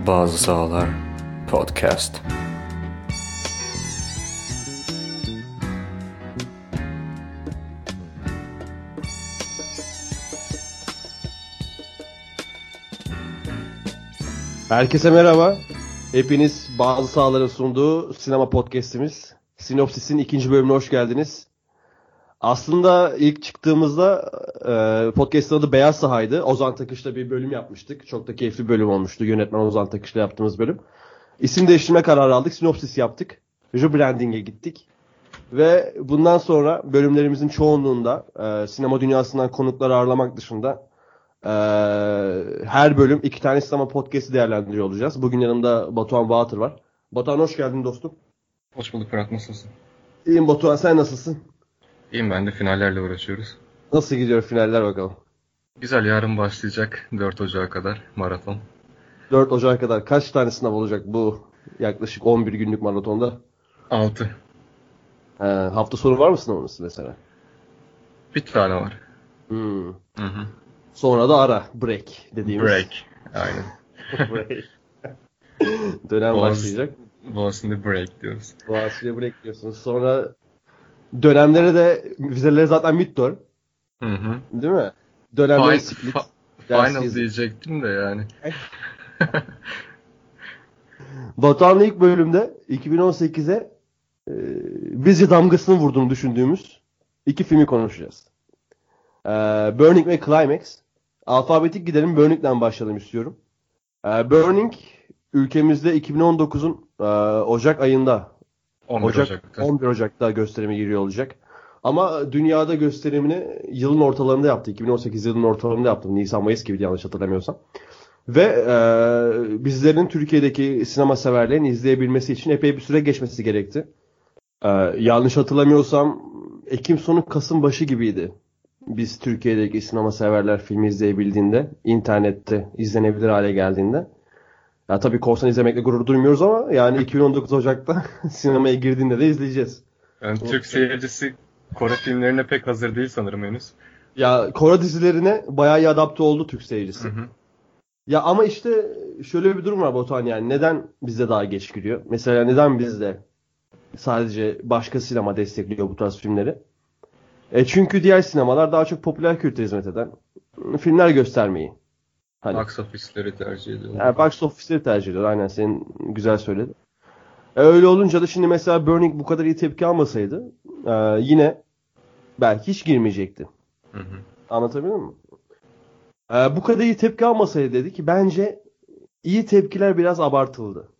Bazı Sahalar Podcast. Herkese merhaba. Hepiniz Bazı Sahaların sunduğu sinema podcast'imiz Sinopsis'in ikinci bölümüne hoş geldiniz. Aslında ilk çıktığımızda podcast'ın adı Beyaz Saha'ydı. Ozan Takış'la bir bölüm yapmıştık. Çok da keyifli bir bölüm olmuştu. Yönetmen Ozan Takış'la yaptığımız bölüm. İsim değiştirme kararı aldık. Sinopsis yaptık. Rebranding'e gittik. Ve bundan sonra bölümlerimizin çoğunluğunda sinema dünyasından konuklar ağırlamak dışında her bölüm 2 tane sinema podcast'i değerlendiriyor olacağız. Bugün yanımda Batuhan Bahatır var. Batuhan hoş geldin dostum. Hoş bulduk Fırat, nasılsın? İyiyim Batuhan, sen nasılsın? İyiyim, ben de finallerle uğraşıyoruz. Nasıl gidiyor finaller bakalım? Güzel, yarın başlayacak 4 Ocağı kadar maraton. 4 Ocak'a kadar kaç tane sınav olacak bu yaklaşık 11 günlük maratonda? 6. Hafta sonu var mı sınavınız mesela? Bir tane var. Hmm. Hı hı. Sonra da ara, break dediğimiz. Break. Aynen. Break. Dönem başlayacak. Boğaziçi'nde break diyoruz. Boğaziçi'ne break diyorsunuz. Sonra dönemlere de vizeleri zaten midterm. Hı hı. Değil mi? Dönemleri split. Final diyecektim de yani. Batuhan'la ilk bölümde 2018'e bizce damgasını vurduğunu düşündüğümüz 2 filmi konuşacağız. Burning ve Climax. Alfabetik gidelim, Burning'den başlayalım istiyorum. Burning ülkemizde 2019'un Ocak ayında 11 Ocak'ta gösterime giriyor olacak. Ama dünyada gösterimini yılın ortalarında yaptı. 2018 yılının ortalarında yaptı. Nisan-Mayıs gibi yanlış hatırlamıyorsam. Ve bizlerin Türkiye'deki sinema severlerin izleyebilmesi için epey bir süre geçmesi gerekti. Yanlış hatırlamıyorsam Ekim sonu Kasım başı gibiydi. Biz Türkiye'deki sinema severler filmi izleyebildiğinde, internette izlenebilir hale geldiğinde. Ya tabii korsan izlemekle gurur duymuyoruz ama yani 2019 Ocak'ta sinemaya girdiğinde de izleyeceğiz. Yani Türk seyircisi Kore filmlerine pek hazır değil sanırım henüz. Ya Kore dizilerine bayağı iyi adapte oldu Türk seyircisi. Hı hı. Ya ama işte şöyle bir durum var Batuhan, yani neden bizde daha geç giriyor? Mesela neden bizde sadece başka sinema destekliyor bu tarz filmleri? Çünkü diğer sinemalar daha çok popüler kültüre hizmet eden filmler göstermeyi. Box office'leri tercih ediyorlar. Yani box office'leri tercih ediyorlar. Aynen, senin güzel söyledin. Öyle olunca da şimdi mesela Burning bu kadar iyi tepki almasaydı yine belki hiç girmeyecekti. Hı hı. Anlatabildim mi? Bu kadar iyi tepki almasaydı dedi ki bence iyi tepkiler biraz abartıldı.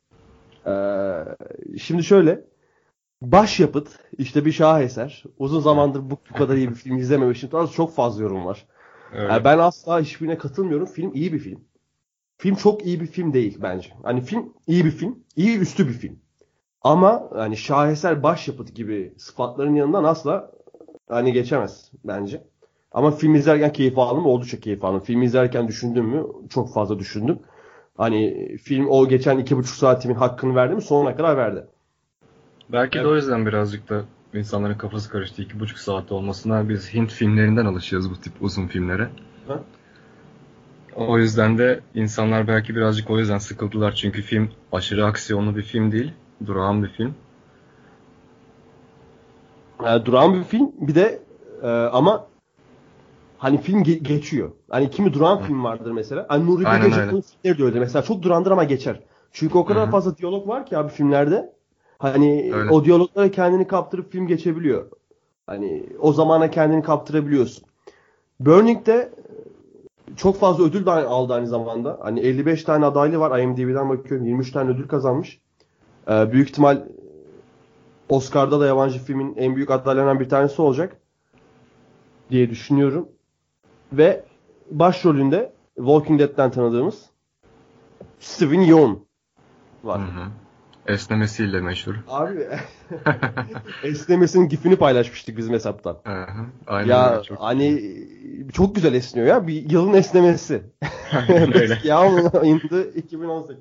Şimdi şöyle, başyapıt, işte bir şaheser. Uzun zamandır bu kadar iyi bir film izlememişim. Tarzı çok fazla yorum var. Ben asla hiçbirine katılmıyorum. Film iyi bir film. Film çok iyi bir film değil bence. Hani film iyi bir film, iyi üstü bir film. Ama hani şaheser, başyapıt gibi sıfatların yanından asla hani geçemez bence. Ama film izlerken keyif aldım mı? Oldukça keyif aldım. Film izlerken düşündüm mü? Çok fazla düşündüm. Hani film o geçen 2,5 saatimin hakkını verdi mi? Sonuna kadar verdi. Belki de o yüzden birazcık da insanların kafası karıştı. 2,5 saat olmasına, biz Hint filmlerinden alışıyoruz bu tip uzun filmlere. Ha? O yüzden de insanlar belki birazcık o yüzden sıkıldılar. Çünkü film aşırı aksiyonlu bir film değil. Durağan bir film. Durağan bir film. Bir de ama hani film geçiyor. Hani kimi durağan film vardır mesela. Hani Nuri Bilge Ceylan'ın filmleri de öyle. Mesela çok durağandır ama geçer. Çünkü o kadar fazla diyalog var ki abi filmlerde. Hani öyle. O diyaloglara kendini kaptırıp film geçebiliyor. Hani o zamana kendini kaptırabiliyorsun. Burning'de çok fazla ödül de aldı aynı zamanda. Hani 55 tane adaylı var. IMDb'den bakıyorum. 23 tane ödül kazanmış. Büyük ihtimal Oscar'da da yabancı filmin en büyük adaylarından bir tanesi olacak diye düşünüyorum. Ve başrolünde Walking Dead'ten tanıdığımız Steven Yeun var. Hı hı. Esnemesiyle meşhur. Abi esnemesinin gifini paylaşmıştık bizim hesaptan. Aynen ya öyle, çok hani iyi. Çok güzel esniyor ya. Bir yılın esnemesi. Yağmur ayında 2018.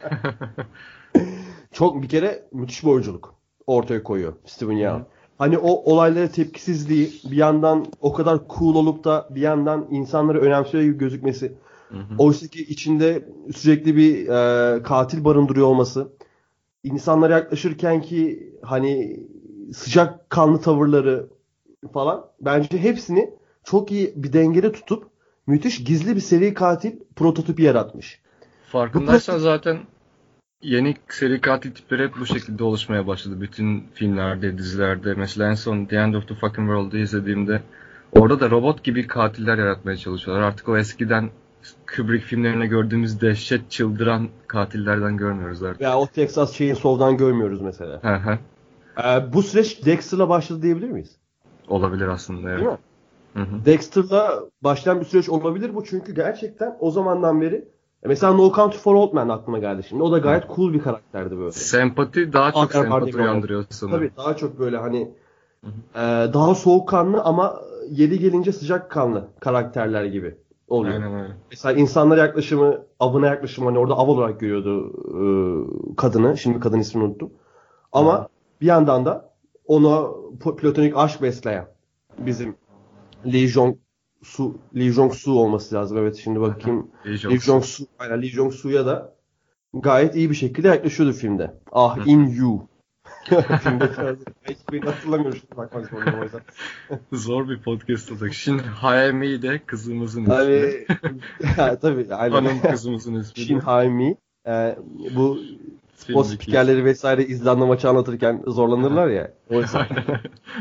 Çok bir kere müthiş bir oyunculuk ortaya koyuyor Steven Yeun. Hani o olaylara tepkisizliği, bir yandan o kadar cool olup da bir yandan insanları önemsiyor gibi gözükmesi. Hı hı. Oysa ki içinde sürekli bir katil barındırıyor olması, insanlara yaklaşırken ki hani sıcakkanlı tavırları falan bence hepsini çok iyi bir dengede tutup müthiş gizli bir seri katil prototipi yaratmış. Bu Farkındaysan prototip zaten yeni seri katil tipleri hep bu şekilde oluşmaya başladı. Bütün filmlerde, dizilerde. Mesela en son The End of the Fucking World'u izlediğimde orada da robot gibi katiller yaratmaya çalışıyorlar. Artık o eskiden Kubrick filmlerine gördüğümüz dehşet çıldıran katillerden görmüyoruz artık. veya o Texas Chainsaw'dan görmüyoruz mesela. Hı hı. Bu süreç Dexter'la başladı diyebilir miyiz? Olabilir aslında, Değil evet. mi? Hı hı. Dexter'la başlayan bir süreç olabilir bu çünkü gerçekten o zamandan beri mesela No Country for Old Men aklıma geldi şimdi. O da Hı. gayet cool bir karakterdi böyle. Sempati, daha çok Adrian sempati Barberou'nun oynadığı. uyandırıyor sanırım. Tabii daha çok böyle hani Hı hı. daha soğukkanlı ama yeri gelince sıcakkanlı karakterler gibi oluyor. Aynen öyle. Mesela insanlara yaklaşımı, avına yaklaşımı hani orada av olarak görüyordu kadını. Şimdi kadın ismini unuttum. Hı hı. Ama bir yandan da ona platonik aşk besleyen bizim Lee Jong-su olması lazım. Evet şimdi Hı hı. bakayım. Lee Lee Jong-soo. Jong-su, aynen Lee Jong-su'ya da gayet iyi bir şekilde yaklaşıyordu filmde. Ah Hı In hı. You. Filmdeki adı. Hiçbirini hatırlamıyorum şimdi bakmak zorundayım o yüzden. Zor bir podcast olacak. Shin Hae-mi de kızımızın ismi. Tabii, tabii aynen. Hanım kızımızın ismi Shin de Hae-mi. Bu spor filmdeki ismi. spikerleri vesaire İzlanda maçı anlatırken zorlanırlar ya. Oysa. Aynen.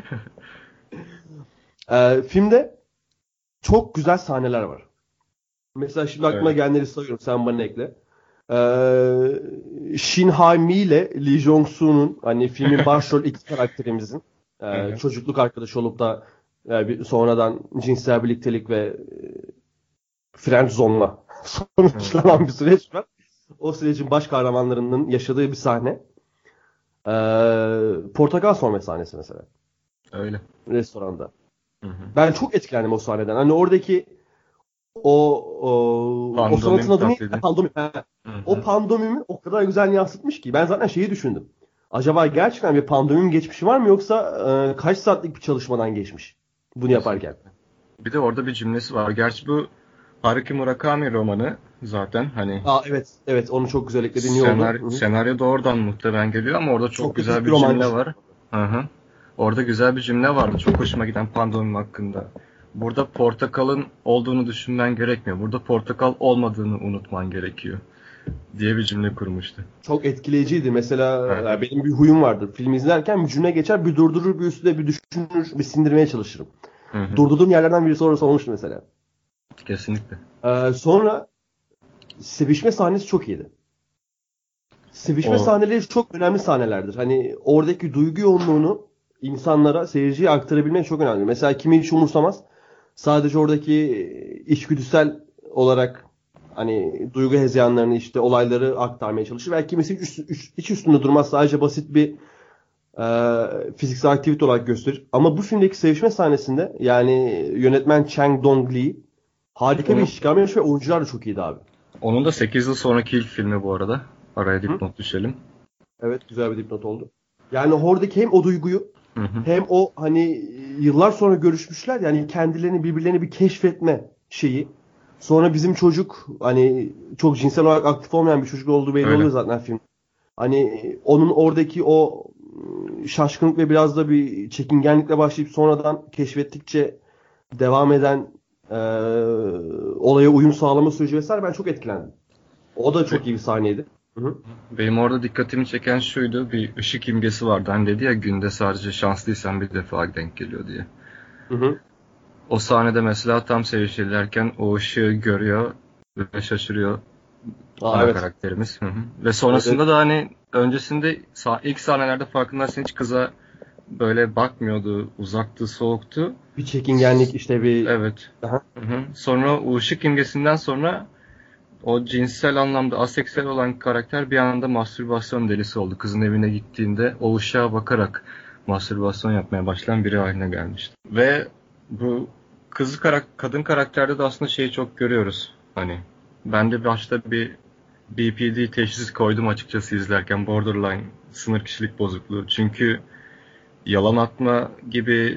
Filmde çok güzel sahneler var. Mesela şimdi aklıma Öyle. gelenleri sayıyorum. Sen bana ekle. Shin Hae-mi ile Lee Jong-su'nun hani filmin başrol iki karakterimizin Hı hı. çocukluk arkadaşı olup da sonradan cinsel birliktelik ve friendzone'la Hı sonuçlanan hı. bir süreç var. O sürecin baş kahramanlarının yaşadığı bir sahne. Portakal soyma sahnesi mesela. Öyle. Restoranda. Hı hı. Ben çok etkilendim o sahneden. Hani oradaki o sanatın Pandomim adı neydi? taklidi. Pandomim. Hı O hı. pandomimi o kadar güzel yansıtmış ki. Ben zaten şeyi düşündüm. Acaba gerçekten bir pandomim geçmişi var mı yoksa kaç saatlik bir çalışmadan geçmiş bunu yaparken? Kesinlikle. Bir de orada bir cümlesi var. Gerçi bu Haruki Murakami romanı zaten hani Aa evet, evet onu çok güzel eklediğin iyi oldu. Hı hı. senaryo da oradan muhtemelen geliyor ama orada çok Çok da güzel pis bir bir cümle romancı. var. Hı hı. Orada güzel bir cümle var. Çok hoşuma giden pandomim hakkında. Burada portakalın olduğunu düşünmen gerekmiyor. Burada portakal olmadığını unutman gerekiyor diye bir cümle kurmuştu. Çok etkileyiciydi. Mesela Hı hı. benim bir huyum vardır. Film izlerken bir cümle geçer, bir durdurur, bir üstüne bir düşünür, bir sindirmeye çalışırım. Hı hı. Durdurduğum yerlerden birisi orası olmuştu mesela. Kesinlikle. Sonra sevişme sahnesi çok iyiydi. Sevişme O sahneleri çok önemli sahnelerdir. Hani oradaki duygu yoğunluğunu insanlara, seyirciye aktarabilmek çok önemli. Mesela kimi hiç umursamaz. Sadece oradaki içgüdüsel olarak hani duygu hezeyanlarını işte olayları aktarmaya çalışır. Belki kimisi hiç üstünde durmaz. Sadece basit bir fiziksel aktivite olarak gösterir. Ama bu filmdeki sevişme sahnesinde yani yönetmen Chang Dong-lee harika bir onun, iş çıkarmış ve oyuncular da çok iyiydi abi. onun da 8 yıl sonraki ilk filmi bu arada. Araya Hı? dipnot düşelim. Evet güzel bir dipnot oldu. Yani oradaki hem o duyguyu Hı hı. hem o hani yıllar sonra görüşmüşler yani kendilerini birbirlerini bir keşfetme şeyi. Sonra bizim çocuk hani çok cinsel olarak aktif olmayan bir çocuk olduğu belli Öyle. oluyor zaten film. Hani onun oradaki o şaşkınlık ve biraz da bir çekingenlikle başlayıp sonradan keşfettikçe devam eden e, olaya uyum sağlama süreci vesaire ben çok etkilendim. O da Ve çok iyi bir sahneydi. Hı hı. benim orada dikkatimi çeken şuydu. Bir ışık imgesi vardı. Hani dedi ya günde sadece şanslıysan bir defa denk geliyor diye. Hı hı. O sahnede mesela tam sevişirlerken o ışığı görüyor ve şaşırıyor Aa ana evet. karakterimiz. Hı hı. Ve Evet, evet. sonrasında da hani öncesinde ilk sahnelerde farkındaysan hiç kıza böyle bakmıyordu. Uzaktı, soğuktu. Bir çekingenlik işte bir Evet. aha. Hı hı. Sonra o ışık imgesinden sonra o cinsel anlamda aseksüel olan karakter bir anda mastürbasyon delisi oldu. Kızın evine gittiğinde o ışığa bakarak mastürbasyon yapmaya başlayan biri haline gelmişti. Ve bu kadın karakterde de aslında şeyi çok görüyoruz. Hani ben de başta bir BPD teşhis koydum açıkçası izlerken, borderline sınır kişilik bozukluğu. Çünkü yalan atma gibi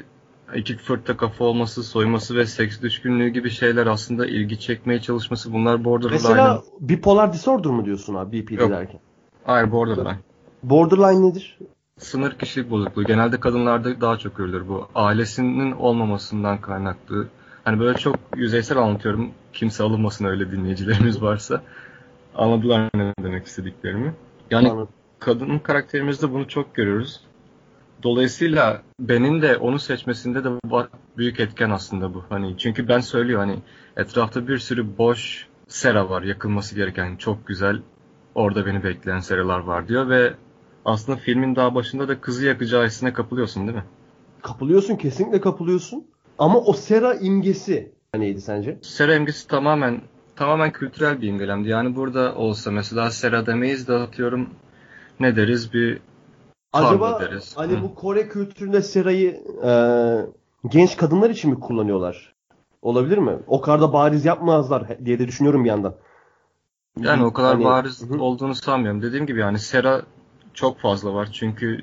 iki fırta kafa olması, soyması ve seks düşkünlüğü gibi şeyler aslında ilgi çekmeye çalışması, bunlar borderline'ın... Mesela bipolar disorder mu diyorsun abi BPD Yok. derken? Hayır, borderline. Borderline nedir? Sınır kişilik bozukluğu. Genelde kadınlarda daha çok görülür bu. Ailesinin olmamasından kaynaklı. Hani böyle çok yüzeysel anlatıyorum. Kimse alınmasın, öyle dinleyicilerimiz varsa. Anladılar ne demek istediklerimi. Yani Anladım. kadın karakterimizde bunu çok görüyoruz. Dolayısıyla Ben'in de onu seçmesinde de büyük etken aslında bu. Hani çünkü Ben söylüyor, hani etrafta bir sürü boş sera var, yakılması gereken, çok güzel orada beni bekleyen seralar var diyor ve aslında filmin daha başında da kızı yakacağı hissine kapılıyorsun, değil mi? Kapılıyorsun, kesinlikle kapılıyorsun. Ama o sera imgesi neydi sence? Sera imgesi tamamen kültürel bir imgelemdi. Yani burada olsa mesela sera demeyiz de, atıyorum ne deriz, bir tarla Acaba deriz. hani bu Kore kültüründe serayı genç kadınlar için mi kullanıyorlar? Olabilir mi? O kadar da bariz yapmazlar diye de düşünüyorum bir yandan. Yani o kadar Hani bariz olduğunu sanmıyorum. Dediğim gibi yani sera çok fazla var. Çünkü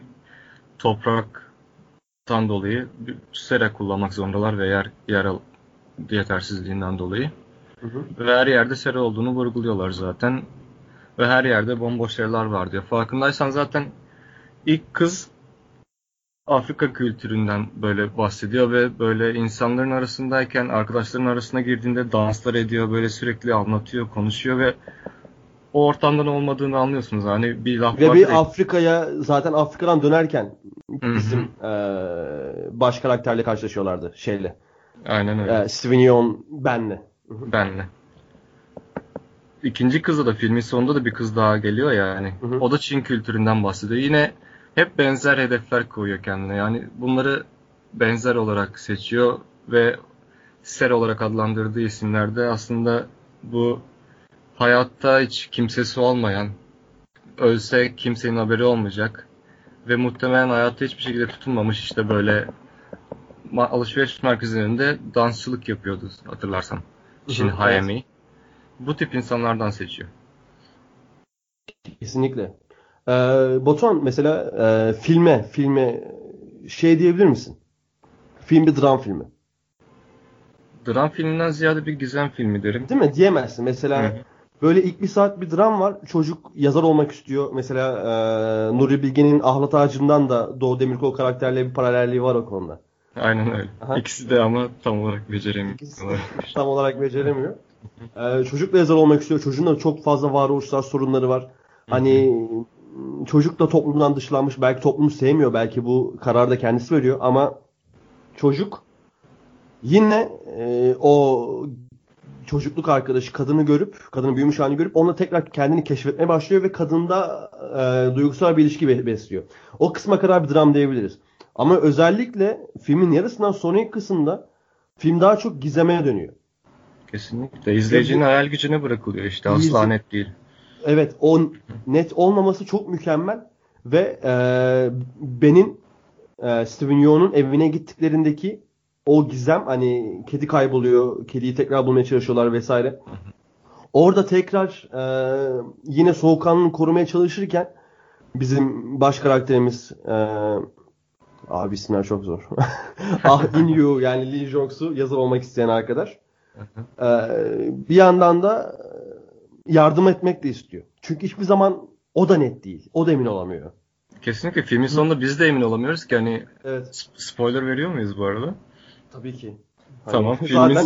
topraktan dolayı sera kullanmak zorundalar ve yer yetersizliğinden dolayı. hı hı. Ve her yerde sera olduğunu vurguluyorlar zaten. Ve her yerde bomboş seralar var diyor. Farkındaysan zaten ilk kız Afrika kültüründen böyle bahsediyor ve böyle insanların arasındayken, arkadaşların arasına girdiğinde danslar ediyor, böyle sürekli anlatıyor, konuşuyor ve o ortamdan olmadığını anlıyorsunuz. Hani bir laf Ve vardır ya. bir Afrika'ya zaten Afrika'dan dönerken Hı hı. bizim baş karakterle karşılaşıyorlardı şeyle. Aynen öyle. Steven Yeun Ben'le. Benle. İkinci kızda da, filmin sonunda da bir kız daha geliyor ya yani. Hı hı. O da Çin kültüründen bahsediyor. Yine hep benzer hedefler koyuyor kendine. Yani bunları benzer olarak seçiyor ve ser olarak adlandırdığı isimlerde aslında bu hayatta hiç kimsesi olmayan, ölse kimsenin haberi olmayacak ve muhtemelen hayatta hiçbir şekilde tutunmamış, işte böyle alışveriş merkezinin önünde dansçılık yapıyordu hatırlarsan. Shin Evet. Hayami. Bu tip insanlardan seçiyor. Kesinlikle. Batuhan mesela filme şey diyebilir misin? Film bir dram filmi. Dram filminden ziyade bir gizem filmi derim. Değil mi? Diyemezsin. Hı Mesela hı. böyle ilk bir saat bir dram var. Çocuk yazar olmak istiyor. Mesela Nuri Bilge'nin Ahlat Ağacı'ndan da Doğu Demirkol karakterle bir paralelliği var o konuda. Aynen öyle. Aha. İkisi de ama tam olarak İkisi de beceremiyorlar. tam olarak beceremiyor. Çocuk da yazar olmak istiyor. Çocuğun da çok fazla varoluşsal sorunları var. Hı hı. Hani çocuk da toplumdan dışlanmış. Belki toplumu sevmiyor. Belki bu kararı da kendisi veriyor. Ama çocuk yine o çocukluk arkadaşı kadını görüp, kadının büyümüş halini görüp onunla tekrar kendini keşfetmeye başlıyor ve kadında duygusal bir ilişki besliyor. O kısma kadar bir dram diyebiliriz. Ama özellikle filmin yarısından sonraki kısımda film daha çok gizeme dönüyor. Kesinlikle. Ve İzleyicinin bu hayal gücüne bırakılıyor işte. Asla izle- net değil. evet, o net olmaması çok mükemmel ve Ben'in Steven Yeun'un evine gittiklerindeki o gizem, hani kedi kayboluyor, kediyi tekrar bulmaya çalışıyorlar vesaire. Orada tekrar yine soğukkanlılığını korumaya çalışırken bizim baş karakterimiz abi isimler çok zor. Ah In-yu yani Lee Jong-soo yazar olmak isteyen arkadaş. Bir yandan da yardım etmek de istiyor. Çünkü hiçbir zaman o da net değil. O da emin olamıyor. Kesinlikle filmin sonunda biz de emin olamıyoruz ki, hani Evet. spoiler veriyor muyuz bu arada? Tabii ki. Hani Tamam. zaten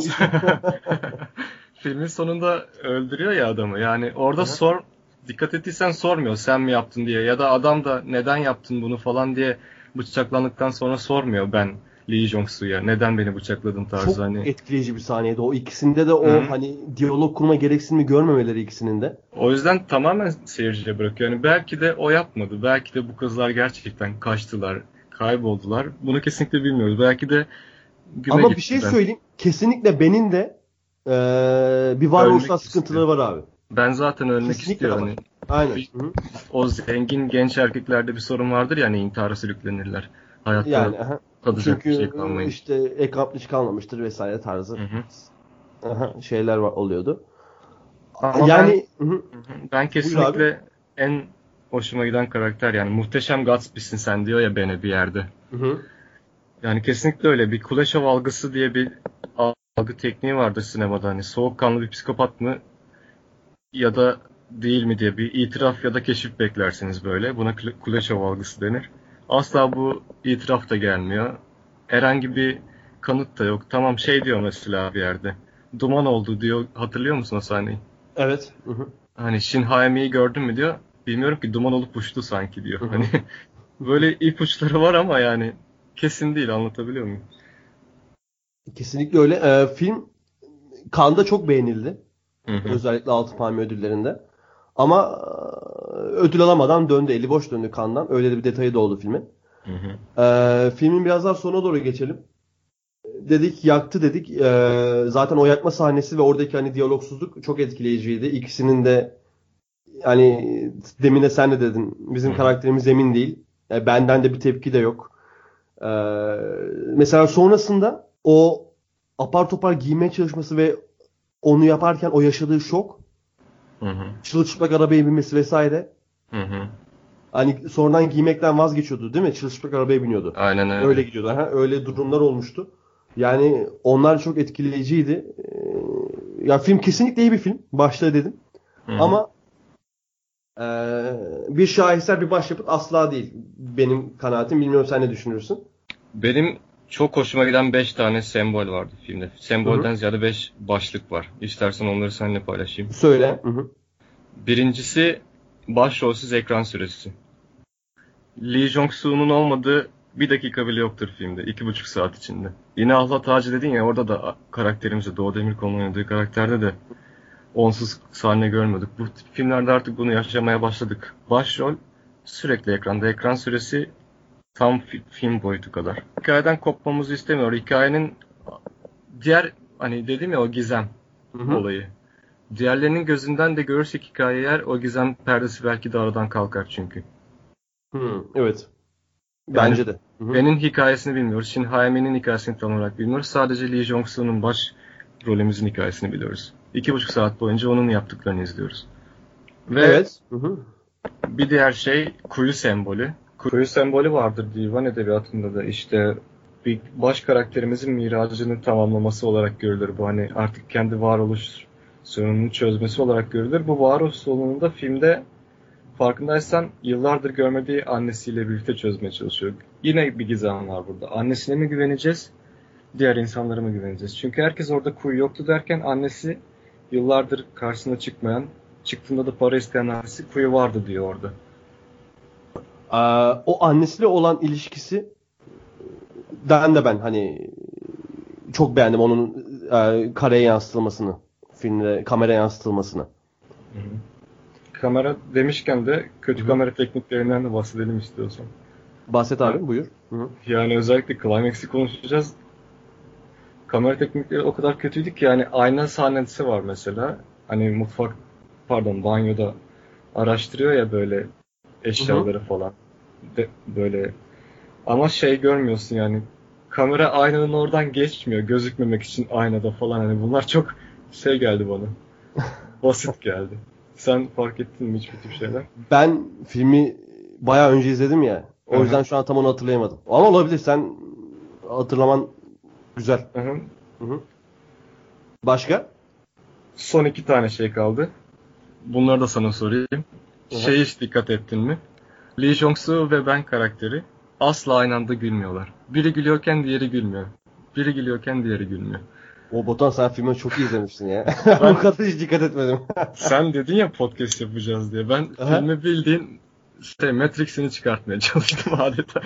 Filmin sonunda öldürüyor ya adamı. Yani orada Aha. dikkat ettiysen sormuyor sen mi yaptın diye, ya da adam da neden yaptın bunu falan diye bıçaklandıktan sonra sormuyor Lee Jong-soo'ya neden beni bıçakladın Çok tarzı, hani. etkileyici bir sahneydi. O ikisinde de o Hı. hani diyalog kurma gereksinimi görmemeleri ikisinin de. O yüzden tamamen seyirciye bırakıyor. Yani belki de o yapmadı. Belki de bu kızlar gerçekten kaçtılar, kayboldular. Bunu kesinlikle bilmiyoruz. Belki de güme Ama bir şey gittiler. söyleyeyim. Kesinlikle benim de bir varoluşsal Ölmek sıkıntıları istiyor. var abi. Ben zaten ölmek Kesinlikle de istiyor. var. Hani Aynen. Hı. o zengin genç erkeklerde bir sorun vardır ya, hani intihara sürüklenirler. Hayatta Yani aha. tadacak bir şey Çünkü kalmayınca. işte ek aplik kalmamıştır vesaire tarzı Hı hı. şeyler oluyordu. Ama Yani ben buyur abi. kesinlikle en hoşuma giden karakter, yani muhteşem Gatsby'sin sen diyor ya Ben'e bir yerde. Hı hı. Yani kesinlikle öyle. Bir Kuleshov algısı diye bir algı tekniği vardır sinemada. Hani soğukkanlı bir psikopat mı ya da değil mi diye bir itiraf ya da keşif beklersiniz böyle. Buna Kuleshov algısı denir. Asla bu itiraf da gelmiyor. Herhangi bir kanıt da yok. Tamam şey diyor mesela bir yerde. Duman oldu diyor. Hatırlıyor musun o sahneyi? Evet. Hı hı. Hani Shin Hayami'yi gördün mü diyor. Bilmiyorum ki duman olup uçtu sanki diyor. Hı hı. Hani böyle ipuçları var ama yani kesin değil, anlatabiliyor muyum? Kesinlikle öyle. Film Cannes'da çok beğenildi. Hı hı. Özellikle Altın Palmiye ödüllerinde. Ama ödül alamadan döndü. Eli boş döndü Cannes'dan. Öyle de bir detayı da oldu filmin. Hı hı. Filmin biraz daha sonuna doğru geçelim. Dedik yaktı dedik. Zaten o yakma sahnesi ve oradaki hani diyalogsuzluk çok etkileyiciydi. İkisinin de hani demin de sen de dedin. Hı Bizim hı. karakterimiz emin değil. Benden de bir tepki de yok. Ee, Mesela sonrasında o apar topar giymeye çalışması ve onu yaparken o yaşadığı şok, Hı hı. çırılçıplak arabaya binmesi vesaire. Hı hı. Hani sonradan giymekten vazgeçiyordu değil mi? Çırılçıplak arabaya biniyordu. Aynen Öyle öyle. gidiyordu. Ha? Öyle durumlar olmuştu. Yani onlar çok etkileyiciydi. Ya film kesinlikle iyi bir film. Başta dedim. Hı hı. Ama bir şaheser bir başyapıt asla değil. Benim kanaatim. Bilmiyorum sen ne düşünürsün? Benim çok hoşuma giden 5 tane sembol vardı filmde. Hı hı. Sembolden ziyade 5 başlık var. İstersen onları seninle paylaşayım. Söyle. Hı hı. Birincisi başrolsüz ekran süresi. Lee Jong-soo'nun olmadığı bir dakika bile yoktur filmde. 2,5 saat içinde. Yine Allah Tacı dedin ya, orada da karakterimize, Doğu Demirkol'un oynadığı karakterde de onsuz sahne görmüyorduk. Bu tip filmlerde artık bunu yaşamaya başladık. Başrol sürekli ekranda. Ekran süresi tam film boyutu kadar. Hikayeden kopmamızı istemiyor. Hikayenin diğer, hani dedim ya, o gizem Hı hı. olayı. Diğerlerinin gözünden de görürsek hikayeyi, eğer o gizem perdesi belki de aradan kalkar çünkü. Hı. Evet. Yani Bence de. Hı hı. Ben'in hikayesini bilmiyoruz. Shin Hayami'nin hikayesini tam olarak bilmiyoruz. Sadece Lee Jong-soo'nun baş rolümüzün hikayesini biliyoruz. 2,5 saat boyunca onun yaptıklarını izliyoruz. Ve Evet. Hı hı. bir diğer şey kuyu sembolü. Kuyu sembolü vardır divan edebiyatında da, işte bir baş karakterimizin miracını tamamlaması olarak görülür bu. Hani artık kendi varoluş sorununu çözmesi olarak görülür. Bu varoluş sorununu da filmde, farkındaysan, yıllardır görmediği annesiyle birlikte çözmeye çalışıyor. Yine bir gizem var burada. Annesine mi güveneceğiz, diğer insanlara mı güveneceğiz? Çünkü herkes orada kuyu yoktu derken, annesi yıllardır karşısına çıkmayan, çıktığında da para isteyen annesi kuyu vardı diyor orada. O annesiyle olan ilişkisi de ben hani çok beğendim onun kareye yansıtılmasını. Filmde kamera yansıtılmasını. Hı hı. Kamera demişken de Hı kötü hı. kamera tekniklerinden de bahsedelim istiyorsan. Bahset Ha, abi buyur. Hı hı. yani özellikle Climax'i konuşacağız. Kamera teknikleri o kadar kötüydü ki, yani ayna sahnesi var mesela. Hani banyoda araştırıyor ya böyle Hı hı. eşyaları falan. Böyle, ama şey görmüyorsun yani. Kamera aynanın oradan geçmiyor gözükmemek için aynada falan. Hani bunlar çok şey geldi bana. Basit geldi. Sen fark ettin mi hiç bu tip şeyler? Ben filmi bayağı önce izledim ya. Hı O yüzden hı. şu an tam onu hatırlayamadım. Ama olabilir sen hatırlaman güzel. Hı hı. Hı hı. Başka? Son 2 tane şey kaldı. Bunları da sana sorayım. Hı hı. Hiç dikkat ettin mi? Lee Jong-soo ve Ben karakteri asla aynı anda gülmüyorlar. Biri gülüyorken diğeri gülmüyor. Biri gülüyorken diğeri gülmüyor. O Botan sen filmi çok iyi izlemişsin ya. Bu Ben kadar hiç dikkat etmedim. Sen dedin ya podcast yapacağız diye. Ben Aha. filmi bildiğin Matrix'ini çıkartmaya çalıştım adeta.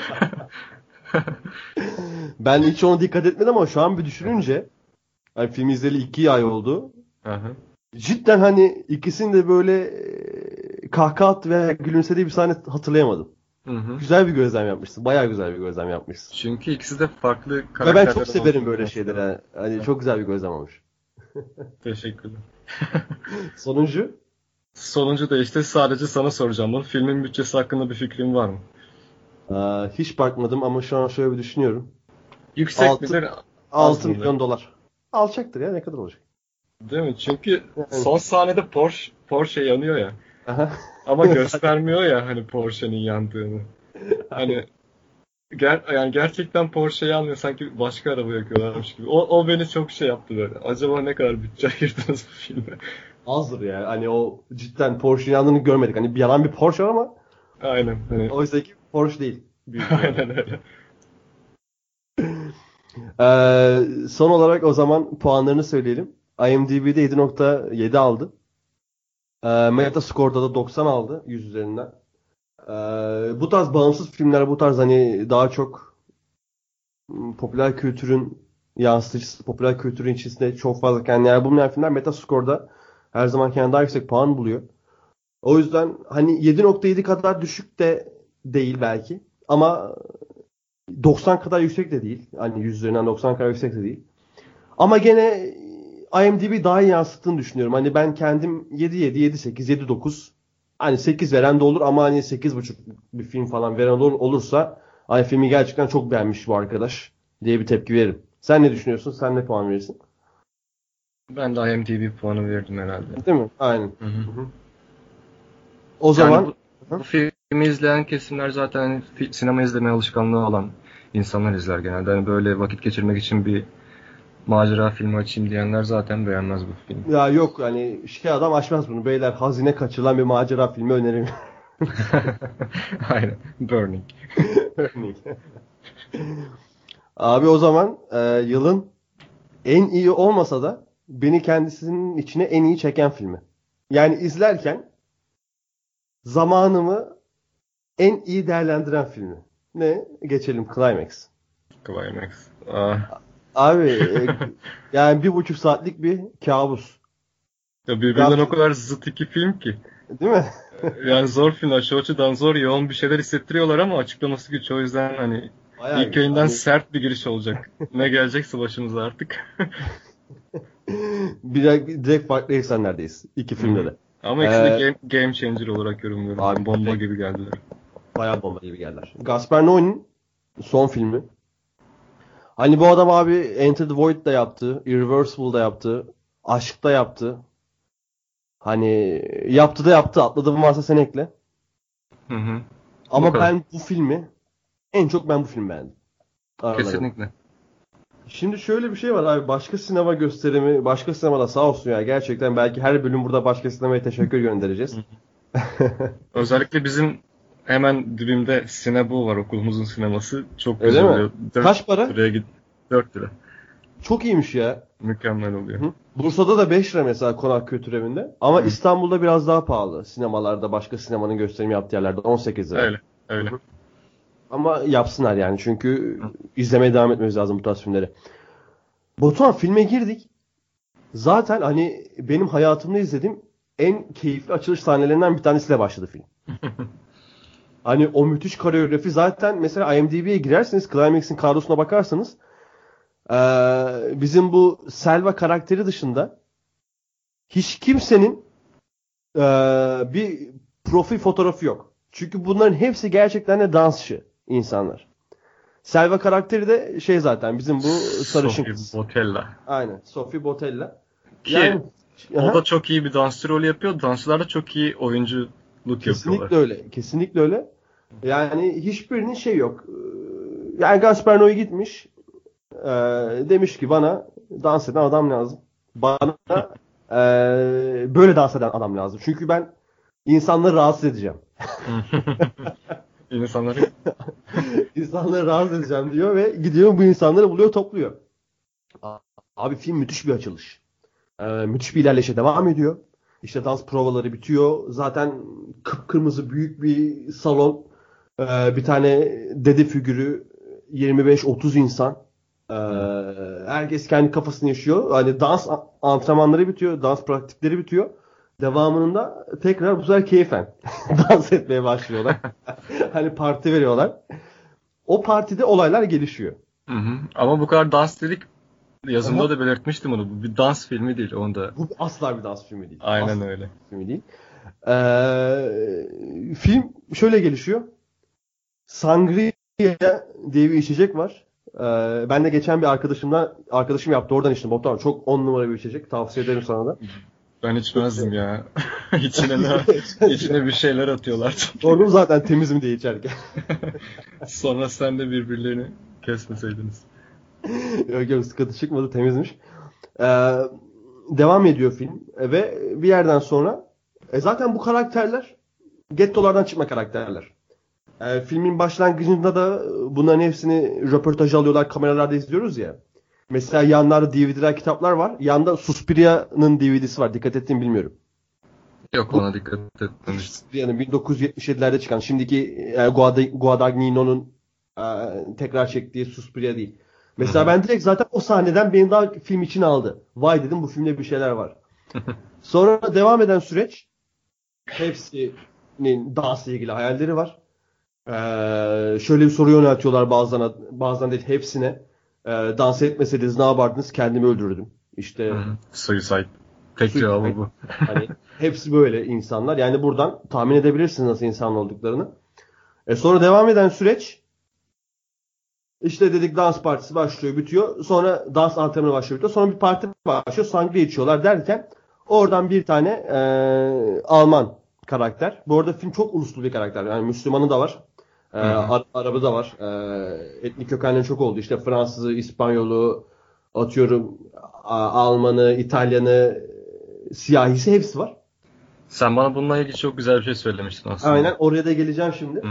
Ben hiç ona dikkat etmedim ama şu an bir düşününce hani film izleyeli 2 ay oldu. Aha. Cidden hani ikisinin de böyle kahkaha attı ve gülümsediği bir sahne hatırlayamadım. Hı hı. Güzel bir gözlem yapmışsın. Bayağı güzel bir gözlem yapmışsın. Çünkü ikisi de farklı Ve ben çok karakterlerden severim oluşan böyle yansıtlar. şeyleri. Hani çok güzel bir gözlem olmuş. Teşekkürler. Sonuncu? Sonuncu da işte sadece sana soracağım bunu. Filmin bütçesi hakkında bir fikrin var mı? Hiç bakmadım ama şu an şöyle bir düşünüyorum. Yüksek 6 midir, az 6 mıdır? milyon dolar. Alçaktır ya ne kadar olacak? Değil mi? Çünkü Yani. son sahnede Porsche yanıyor ya. Aha. Ama Zaten. göstermiyor ya hani Porsche'nin yandığını. Hani Aynen. Yani gerçekten Porsche'yi almıyor, sanki başka araba yakıyorlarmış gibi. O beni çok şey yaptı böyle. Acaba ne kadar bütçe ayırdınız bu filme? Azdır yani. Hani o cidden Porsche'nin yandığını görmedik. Hani bir yalan bir Porsche var ama Aynen. Hani, oysa ki Porsche değil. Büyük ihtimalle. aynen öyle. Son olarak o zaman puanlarını söyleyelim. IMDb'de 7.7 aldı. Metascore'da da 90 aldı 100 üzerinden. Bu tarz bağımsız filmler, bu tarz hani daha çok popüler kültürün yansıtıcısı, popüler kültürün içerisinde çok fazla kendini yer bulmayan filmler Metascore'da her zaman kendine daha yüksek puan buluyor. O yüzden hani 7.7 kadar düşük de değil belki. Ama 90 kadar yüksek de değil. Hani 100 üzerinden 90 kadar yüksek de değil. Ama gene IMDb daha iyi yansıttığını düşünüyorum. Hani ben kendim 7.7, 7.8, 7.9, hani 8 veren de olur ama hani 8.5 bir film falan veren olursa hani filmi gerçekten çok beğenmiş bu arkadaş diye bir tepki veririm. Sen ne düşünüyorsun? Sen ne puan verirsin? Ben de IMDb puanı verdim herhalde. Değil mi? Aynen. Hı hı. Hı hı. O Yani zaman bu filmi izleyen kesimler zaten hani sinema izleme alışkanlığı olan insanlar izler genelde. Hani böyle vakit geçirmek için bir macera filmi açayım diyenler zaten beğenmez bu filmi. ya yok hani şey adam açmaz bunu. Beyler hazine kaçırılan bir macera filmi öneririm. Aynen. Burning. Örneğin. Abi o zaman yılın en iyi olmasa da beni kendisinin içine en iyi çeken filmi. Yani izlerken zamanımı en iyi değerlendiren filmi. Ne? Geçelim Climax. Climax. Ah. Abi yani 1,5 saatlik bir kabus. Ya birbirinden o Gas- kadar zıt iki film ki. Değil mi? Yani zor filmler. Şu açıdan zor, yoğun bir şeyler hissettiriyorlar ama açıklaması güç. O yüzden hani Bayağı ilk güç. yayından Hani sert bir giriş olacak. Ne gelecekse başımıza artık. direkt farklı eksenlerdeyiz. İki Hı filmde hı. de. Ama ikisi de Ee, game changer olarak yorumluyorum. abi Yani bomba direkt gibi geldiler. bayağı bomba gibi geldiler. Gaspar Noé'nin son filmi. Hani bu adam abi Enter the Void da yaptı. Irreversible da yaptı. Aşk da yaptı. Hani yaptı da yaptı. Atladığım varsa sen ekle. Hı hı. Bu Ama kadar. ben bu filmi en çok ben bu filmi beğendim. Aralarında. Kesinlikle. Şimdi şöyle bir şey var abi. Başka sinema gösterimi, başka sinemada sağ olsun ya. Gerçekten belki her bölüm burada başka sinemaya teşekkür göndereceğiz. Özellikle bizim hemen dibimde Sinebu var, okulumuzun sineması. Çok Öyle güzel mi? oluyor. 4 Kaç para? liraya git. 4 lira. Çok iyiymiş ya. Mükemmel oluyor. Hı. Bursa'da da 5 lira mesela Konak Kültür Evi'nde. Ama Hı. İstanbul'da biraz daha pahalı. Sinemalarda, başka sinemanın gösterim yaptığı yerlerde 18 lira. Öyle. Öyle. Ama yapsınlar yani çünkü Hı. izlemeye devam etmemiz lazım bu tarz filmleri. Batuhan filme girdik. Zaten hani benim hayatımda izlediğim en keyifli açılış sahnelerinden bir tanesiyle başladı film. Hani o müthiş koreografi zaten mesela IMDb'ye girerseniz Climax'in kadrosuna bakarsanız bizim bu Selva karakteri dışında hiç kimsenin bir profil fotoğrafı yok. Çünkü bunların hepsi gerçekten de dansçı insanlar. Selva karakteri de şey zaten bizim bu sarışın Sophie kız. Botella. Aynen. Sophie Botella. Ki Yani o aha, da çok iyi bir dansçı rolü yapıyor. Dansçılar da çok iyi oyunculuk yapıyorlar. kesinlikle öyle. Kesinlikle öyle. Yani hiçbirinin şey yok. Yani Gaspar Noé gitmiş. Demiş ki bana dans eden adam lazım. Bana böyle dans eden adam lazım. Çünkü ben insanları rahatsız edeceğim. İnsanları İnsanları rahatsız edeceğim diyor ve gidiyor bu insanları buluyor topluyor. Abi film müthiş bir açılış. Müthiş bir ilerleyişe devam ediyor. İşte dans provaları bitiyor. Zaten kıpkırmızı büyük bir salon. Bir tane dede figürü 25-30 insan. Ee, Herkes kendi kafasını yaşıyor. Hani dans antrenmanları bitiyor. Dans pratikleri bitiyor. Devamında tekrar bu sefer keyfen dans etmeye başlıyorlar. Hani parti veriyorlar. O partide olaylar gelişiyor. Hı hı. Ama bu kadar dans dedik, Aha. yazımda da belirtmiştim onu. Bu bir dans filmi değil onda. Bu asla bir dans filmi değil. Aynen Asla öyle. bir dans filmi değil. Film şöyle gelişiyor. Sangria diye bir içecek var. Ben de geçen bir arkadaşım yaptı. Oradan içtim. Batuhan çok 10 numara bir içecek. Tavsiye ederim sana da. Ben içmezdim ya. İçine bir şeyler atıyorlar. Sordum zaten temiz mi diye içerken. Sonra sen de birbirlerini kesmeseydiniz. Yok yok, sıkıntı çıkmadı, temizmiş. Ee, Devam ediyor film. Ve bir yerden sonra zaten bu karakterler gettolardan çıkma karakterler. Filmin başlangıcında da bunların hepsini röportaj alıyorlar, kameralarda izliyoruz ya. Mesela yanlarda DVD'ler, kitaplar var. Yanda Suspiria'nın DVD'si var. Dikkat ettiğimi bilmiyorum. Yok, ona dikkat etmemiştim. Suspiria'nın 1977'lerde çıkan, şimdiki Guadagnino'nun tekrar çektiği Suspiria değil. Mesela ben direkt zaten o sahneden beni daha film için aldı. Vay dedim, bu filmde bir şeyler var. Sonra devam eden süreç, hepsinin dansla ilgili hayalleri var. Şöyle bir soru yöneltiyorlar bazen de hepsine. Dans etmeseydiniz ne yapardınız? Kendimi öldürürdüm. İşte Suicide. Tek cevabı bu. Hani hepsi böyle insanlar. Yani buradan tahmin edebilirsiniz nasıl insan olduklarını. Sonra devam eden süreç, işte dedik dans partisi başlıyor, bitiyor. Sonra dans antrenmanı başlıyor, bitiyor. Sonra bir parti başlıyor. Sangria içiyorlar derken oradan bir tane Alman karakter. Bu arada film çok uluslu bir karakter. Yani Müslümanı da var. Arabı da var. Etnik kökenleri çok oldu. İşte Fransızı, İspanyolu, atıyorum Almanı, İtalyanı, siyahisi, hepsi var. Sen bana bununla ilgili çok güzel bir şey söylemiştin aslında. Aynen, oraya da geleceğim şimdi.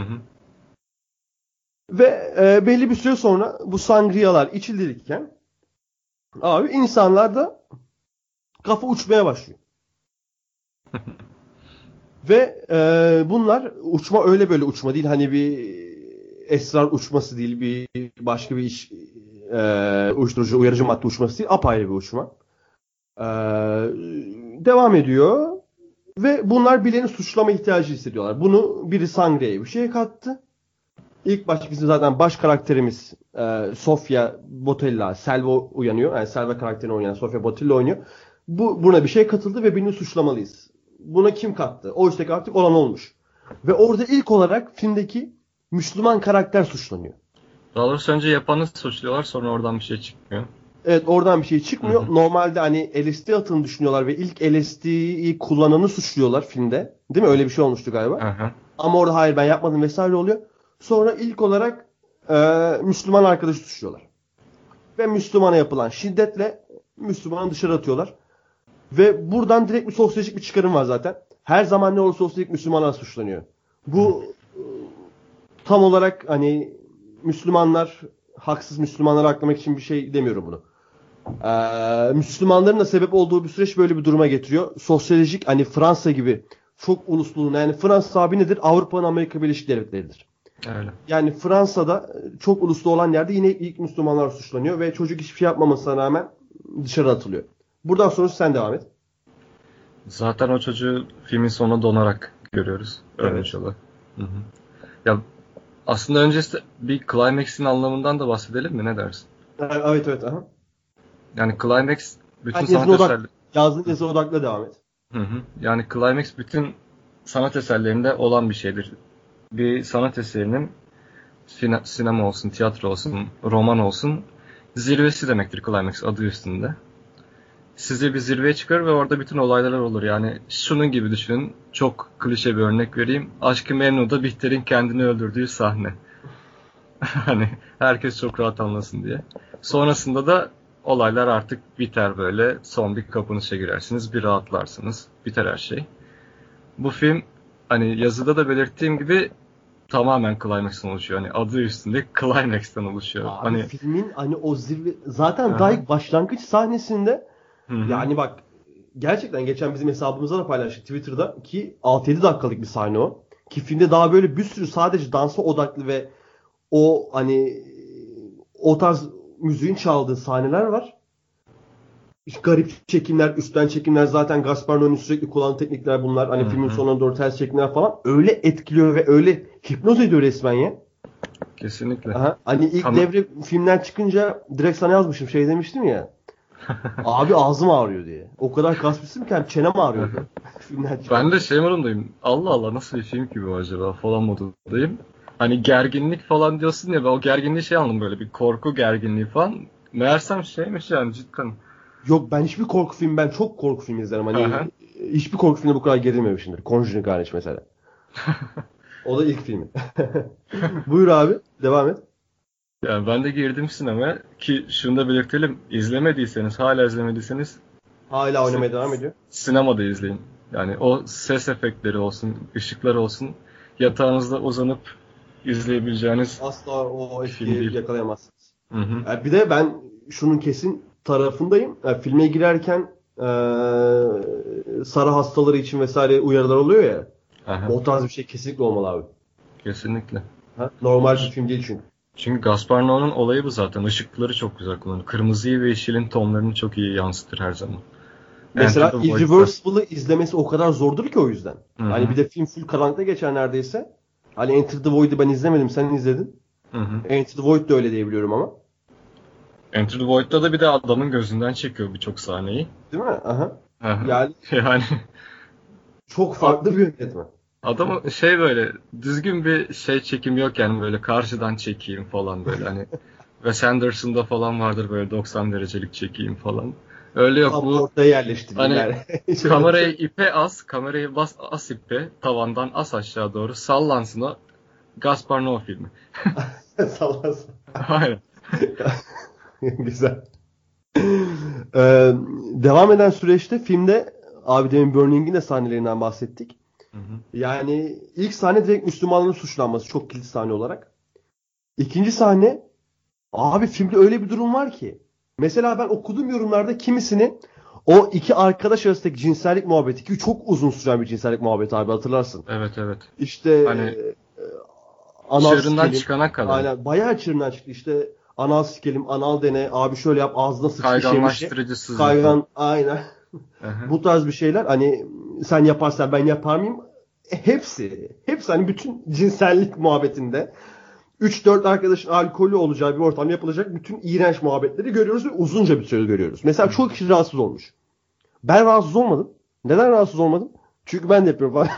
Ve belli bir süre sonra bu sangriyalar içildirirken abi insanlarda kafa uçmaya başlıyor. Ve bunlar uçma öyle böyle uçma değil. Hani bir esrar uçması değil. Bir başka bir iş uyuşturucu, uyarıcı madde uçması değil. Apayrı bir uçma. Devam ediyor. Ve bunlar birilerini suçlama ihtiyacı hissediyorlar. Bunu biri Sangria'ya bir şey kattı. İlk baş bizim zaten baş karakterimiz Sofia Boutella, Selva uyanıyor. Yani Selva karakterini oynayan Sofia Boutella oynuyor. Buna bir şey katıldı ve birini suçlamalıyız. Buna kim kattı? O işte artık olan olmuş. Ve orada ilk olarak filmdeki Müslüman karakter suçlanıyor. Daha doğrusu önce yapanı suçluyorlar, sonra oradan bir şey çıkmıyor. Evet, oradan bir şey çıkmıyor. Normalde hani LSD atını düşünüyorlar ve ilk LSD'yi kullananı suçluyorlar filmde. Değil mi? Öyle bir şey olmuştu galiba. Ama orada hayır ben yapmadım vesaire oluyor. Sonra ilk olarak Müslüman arkadaşı suçluyorlar. Ve Müslümana yapılan şiddetle Müslümanı dışarı atıyorlar. Ve buradan direkt bir sosyolojik bir çıkarım var zaten. Her zaman ne olursa olsun ilk Müslümanlar suçlanıyor. Bu tam olarak hani Müslümanlar, haksız Müslümanları aklamak için bir şey demiyorum bunu. Müslümanların da sebep olduğu bir süreç böyle bir duruma getiriyor. Sosyolojik, hani Fransa gibi çok uluslu, yani Fransa abi nedir? Avrupa'nın Amerika Birleşik Devletleri'dir. Öyle. Yani Fransa'da çok uluslu olan yerde yine ilk Müslümanlar suçlanıyor ve çocuk hiçbir şey yapmamasına rağmen dışarı atılıyor. Buradan sonra sen devam et. Zaten o çocuğu filmin sonuna donarak görüyoruz. Ölmüş olarak. Ya aslında öncesi bir climax'in anlamından da bahsedelim mi? Ne dersin? Evet. Aha. Yani climax bütün Yani sanat eserleri... Yazdığın yazı odaklı devam et. Yani climax bütün sanat eserlerinde olan bir şeydir. Bir sanat eserinin sinema olsun, tiyatro olsun, roman olsun zirvesi demektir climax adı üstünde. Sizi bir zirveye çıkar ve orada bütün olaylar olur. Yani şunun gibi düşünün. Çok klişe bir örnek vereyim. Aşk-ı Memnu'da Bihter'in kendini öldürdüğü sahne. Hani herkes çok rahat anlasın diye. Sonrasında da olaylar artık biter böyle. Son bir kapanışa girersiniz. Bir rahatlarsınız. Biter her şey. Bu film hani yazıda da belirttiğim gibi tamamen climax'tan oluşuyor. Hani adı üstünde climax'tan oluşuyor. Abi hani filmin hani o zirve zaten daha ilk başlangıç sahnesinde yani bak gerçekten geçen bizim hesabımızda da paylaştık Twitter'da ki 6-7 dakikalık bir sahne o. Ki filmde daha böyle bir sürü sadece dansa odaklı ve o hani o tarz müziğin çaldığı sahneler var. Garip çekimler, üstten çekimler, zaten Gaspar Noé'nin sürekli kullandığı teknikler bunlar. Hani filmin sonuna doğru ters çekimler falan öyle etkiliyor ve öyle hipnoz ediyor resmen ya. Kesinlikle. Aha, hani ilk devre filmden çıkınca direkt sana yazmışım, şey demiştim ya. Abi ağzım ağrıyor diye. O kadar kasmıştım ki çenem ağrıyordu. Ben de şey modundayım. Allah Allah nasıl bir film ki bu acaba falan modundayım. Hani gerginlik falan diyorsun ya, ben o gerginliği şey anladım, böyle bir korku gerginliği falan. Meğersem şeymiş yani cidden. Yok ben hiçbir korku film, ben çok korku film izlerim. Hani hiçbir korku filmde bu kadar gerilmemişimdir. Conjuring hariç mesela. O da ilk filmi. Buyur abi. Devam et. Yani ben de girdim sinemaya ki şunu da belirtelim. Hala izlemediyseniz Hala oynamaya devam ediyor. sinemada izleyin. Yani o ses efektleri olsun, ışıklar olsun, yatağınızda uzanıp izleyebileceğiniz Asla o film etkiyi değil. yakalayamazsınız. Hı hı. Bir de ben şunun kesin tarafındayım. Filme girerken sarı hastaları için vesaire uyarılar oluyor ya. Aha, O tarz bir şey kesinlikle olmalı abi. kesinlikle. Normal bir film değil çünkü. Çünkü Gaspar Noé'nin olayı bu zaten. Işıkları çok güzel kullanıyor. Kırmızıyı ve yeşilin tonlarını çok iyi yansıtır her zaman. Mesela Enter the Void'da. Irreversible'ı izlemesi o kadar zordur ki o yüzden. Hı hı. Hani bir de film full karanlıkta geçer neredeyse. Hani Enter the Void'u ben izlemedim. Sen izledin. Hı hı. Enter the Void de öyle diye biliyorum ama. Enter the Void'da da bir de adamın gözünden çekiyor birçok sahneyi. Değil mi? Aha. Aha. Yani Yani çok farklı bir yönetmen. adam böyle düzgün bir çekim yok yani böyle karşıdan çekeyim falan böyle hani Wes Anderson'da falan vardır böyle 90 derecelik çekeyim falan. Öyle yok Tam bu ortaya yerleştirdiler. kamerayı as ipe tavandan as aşağı doğru sallansın o Gaspar Noé filmi. Sallasın. Aynen. Güzel. Devam eden süreçte filmde abi demin Burning'in de sahnelerinden bahsettik. Hı hı. Yani ilk sahne direkt Müslümanların suçlanması çok kilit sahne olarak. İkinci sahne abi filmde öyle bir durum var ki. Mesela ben okuduğum yorumlarda kimisini o iki arkadaş arasındaki cinsellik muhabbeti ki çok uzun süren bir cinsellik muhabbeti abi hatırlarsın. Evet. İşte Hani anal çığırından sikelim. çıkana kadar. Aynen bayağı çığırından çıktı. İşte anal sikelim, anal dene, abi şöyle yap, ağzına sıç bir şey bir şey. Kayganlaştırıcısız Kaygan, aynen. Aha. Bu tarz bir şeyler hani sen yaparsan ben yapar mıyım? Hepsi hani bütün cinsellik muhabbetinde 3-4 arkadaşın alkollü olacağı bir ortam yapılacak bütün iğrenç muhabbetleri görüyoruz ve uzunca bir süre görüyoruz. Mesela çok kişi rahatsız olmuş. Ben rahatsız olmadım. Neden rahatsız olmadım? Çünkü ben de yapıyorum falan.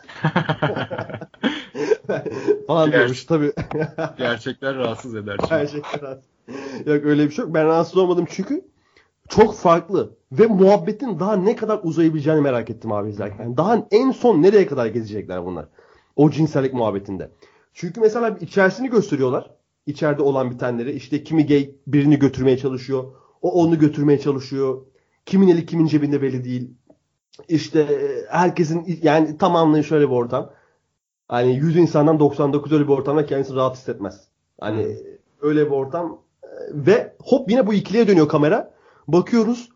falan diyormuş tabii. Gerçekler rahatsız eder çünkü. Gerçekten rahatsız. Yok öyle bir şey yok. Ben rahatsız olmadım çünkü çok farklı ve muhabbetin daha ne kadar uzayabileceğini merak ettim abi izlerken. Yani daha en son nereye kadar gezecekler bunlar? O cinsellik muhabbetinde. Çünkü mesela içerisini gösteriyorlar. İçeride olan bitenleri. İşte kimi gay birini götürmeye çalışıyor. O onu götürmeye çalışıyor. Kimin eli kimin cebinde belli değil. İşte herkesin yani tamamlayın şöyle bir ortam. Hani 100 insandan 99 öyle bir ortamda kendisini rahat hissetmez. Hani öyle bir ortam ve hop yine bu ikiliye dönüyor kamera. Bakıyoruz.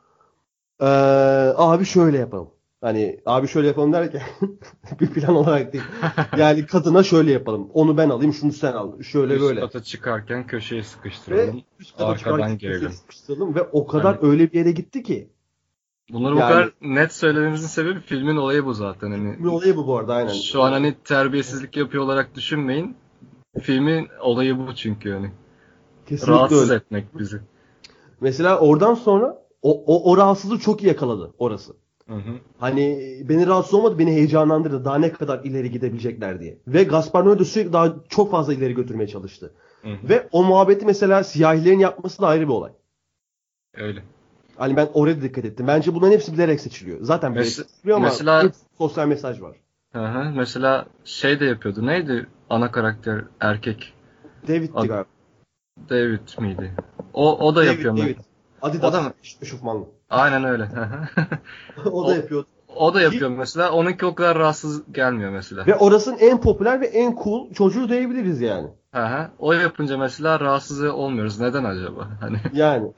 Abi şöyle yapalım. Hani abi şöyle yapalım derken bir plan olarak değil. Yani kadına şöyle yapalım. Onu ben alayım, şunu sen al. Şöyle Üst böyle. kata çıkarken köşeye Ve sıkıştıralım. üst kata Arkadan çıkarken gelelim. sıkıştıralım ve o kadar Hani öyle bir yere gitti ki. bunları bu Yani- kadar net söylememizin sebebi filmin olayı bu zaten. Hani Bir olayı bu arada aynen. şu an hani terbiyesizlik yapıyor olarak düşünmeyin. Filmin olayı bu çünkü hani. Kesinlikle Rahatsız öyle. etmek bizi. Mesela oradan sonra o rahatsızlığı çok iyi yakaladı orası. Hı hı. Hani beni rahatsız olmadı, beni heyecanlandırdı. Daha ne kadar ileri gidebilecekler diye. Ve Gaspar Noé de sürekli daha çok fazla ileri götürmeye çalıştı. Hı hı. Ve o muhabbeti mesela siyahilerin yapması da ayrı bir olay. Öyle. Hani ben oraya dikkat ettim. Bence bunların hepsi bilerek seçiliyor. Zaten bilerek seçiliyor ama mesela- hep sosyal mesaj var. Hı hı. Mesela de yapıyordu. Neydi ana karakter erkek? David'ti galiba. David miydi? O da yapıyor. David. Adidas O da mı? eşofmanlı. Aynen öyle. Hı hı. O da yapıyordu. O da yapıyor mesela. Onunki o kadar rahatsız gelmiyor mesela. Ve orasının en popüler ve en cool çocuğu diyebiliriz yani. Hı hı. O yapınca mesela rahatsız olmuyoruz. Neden acaba? Hani Yani.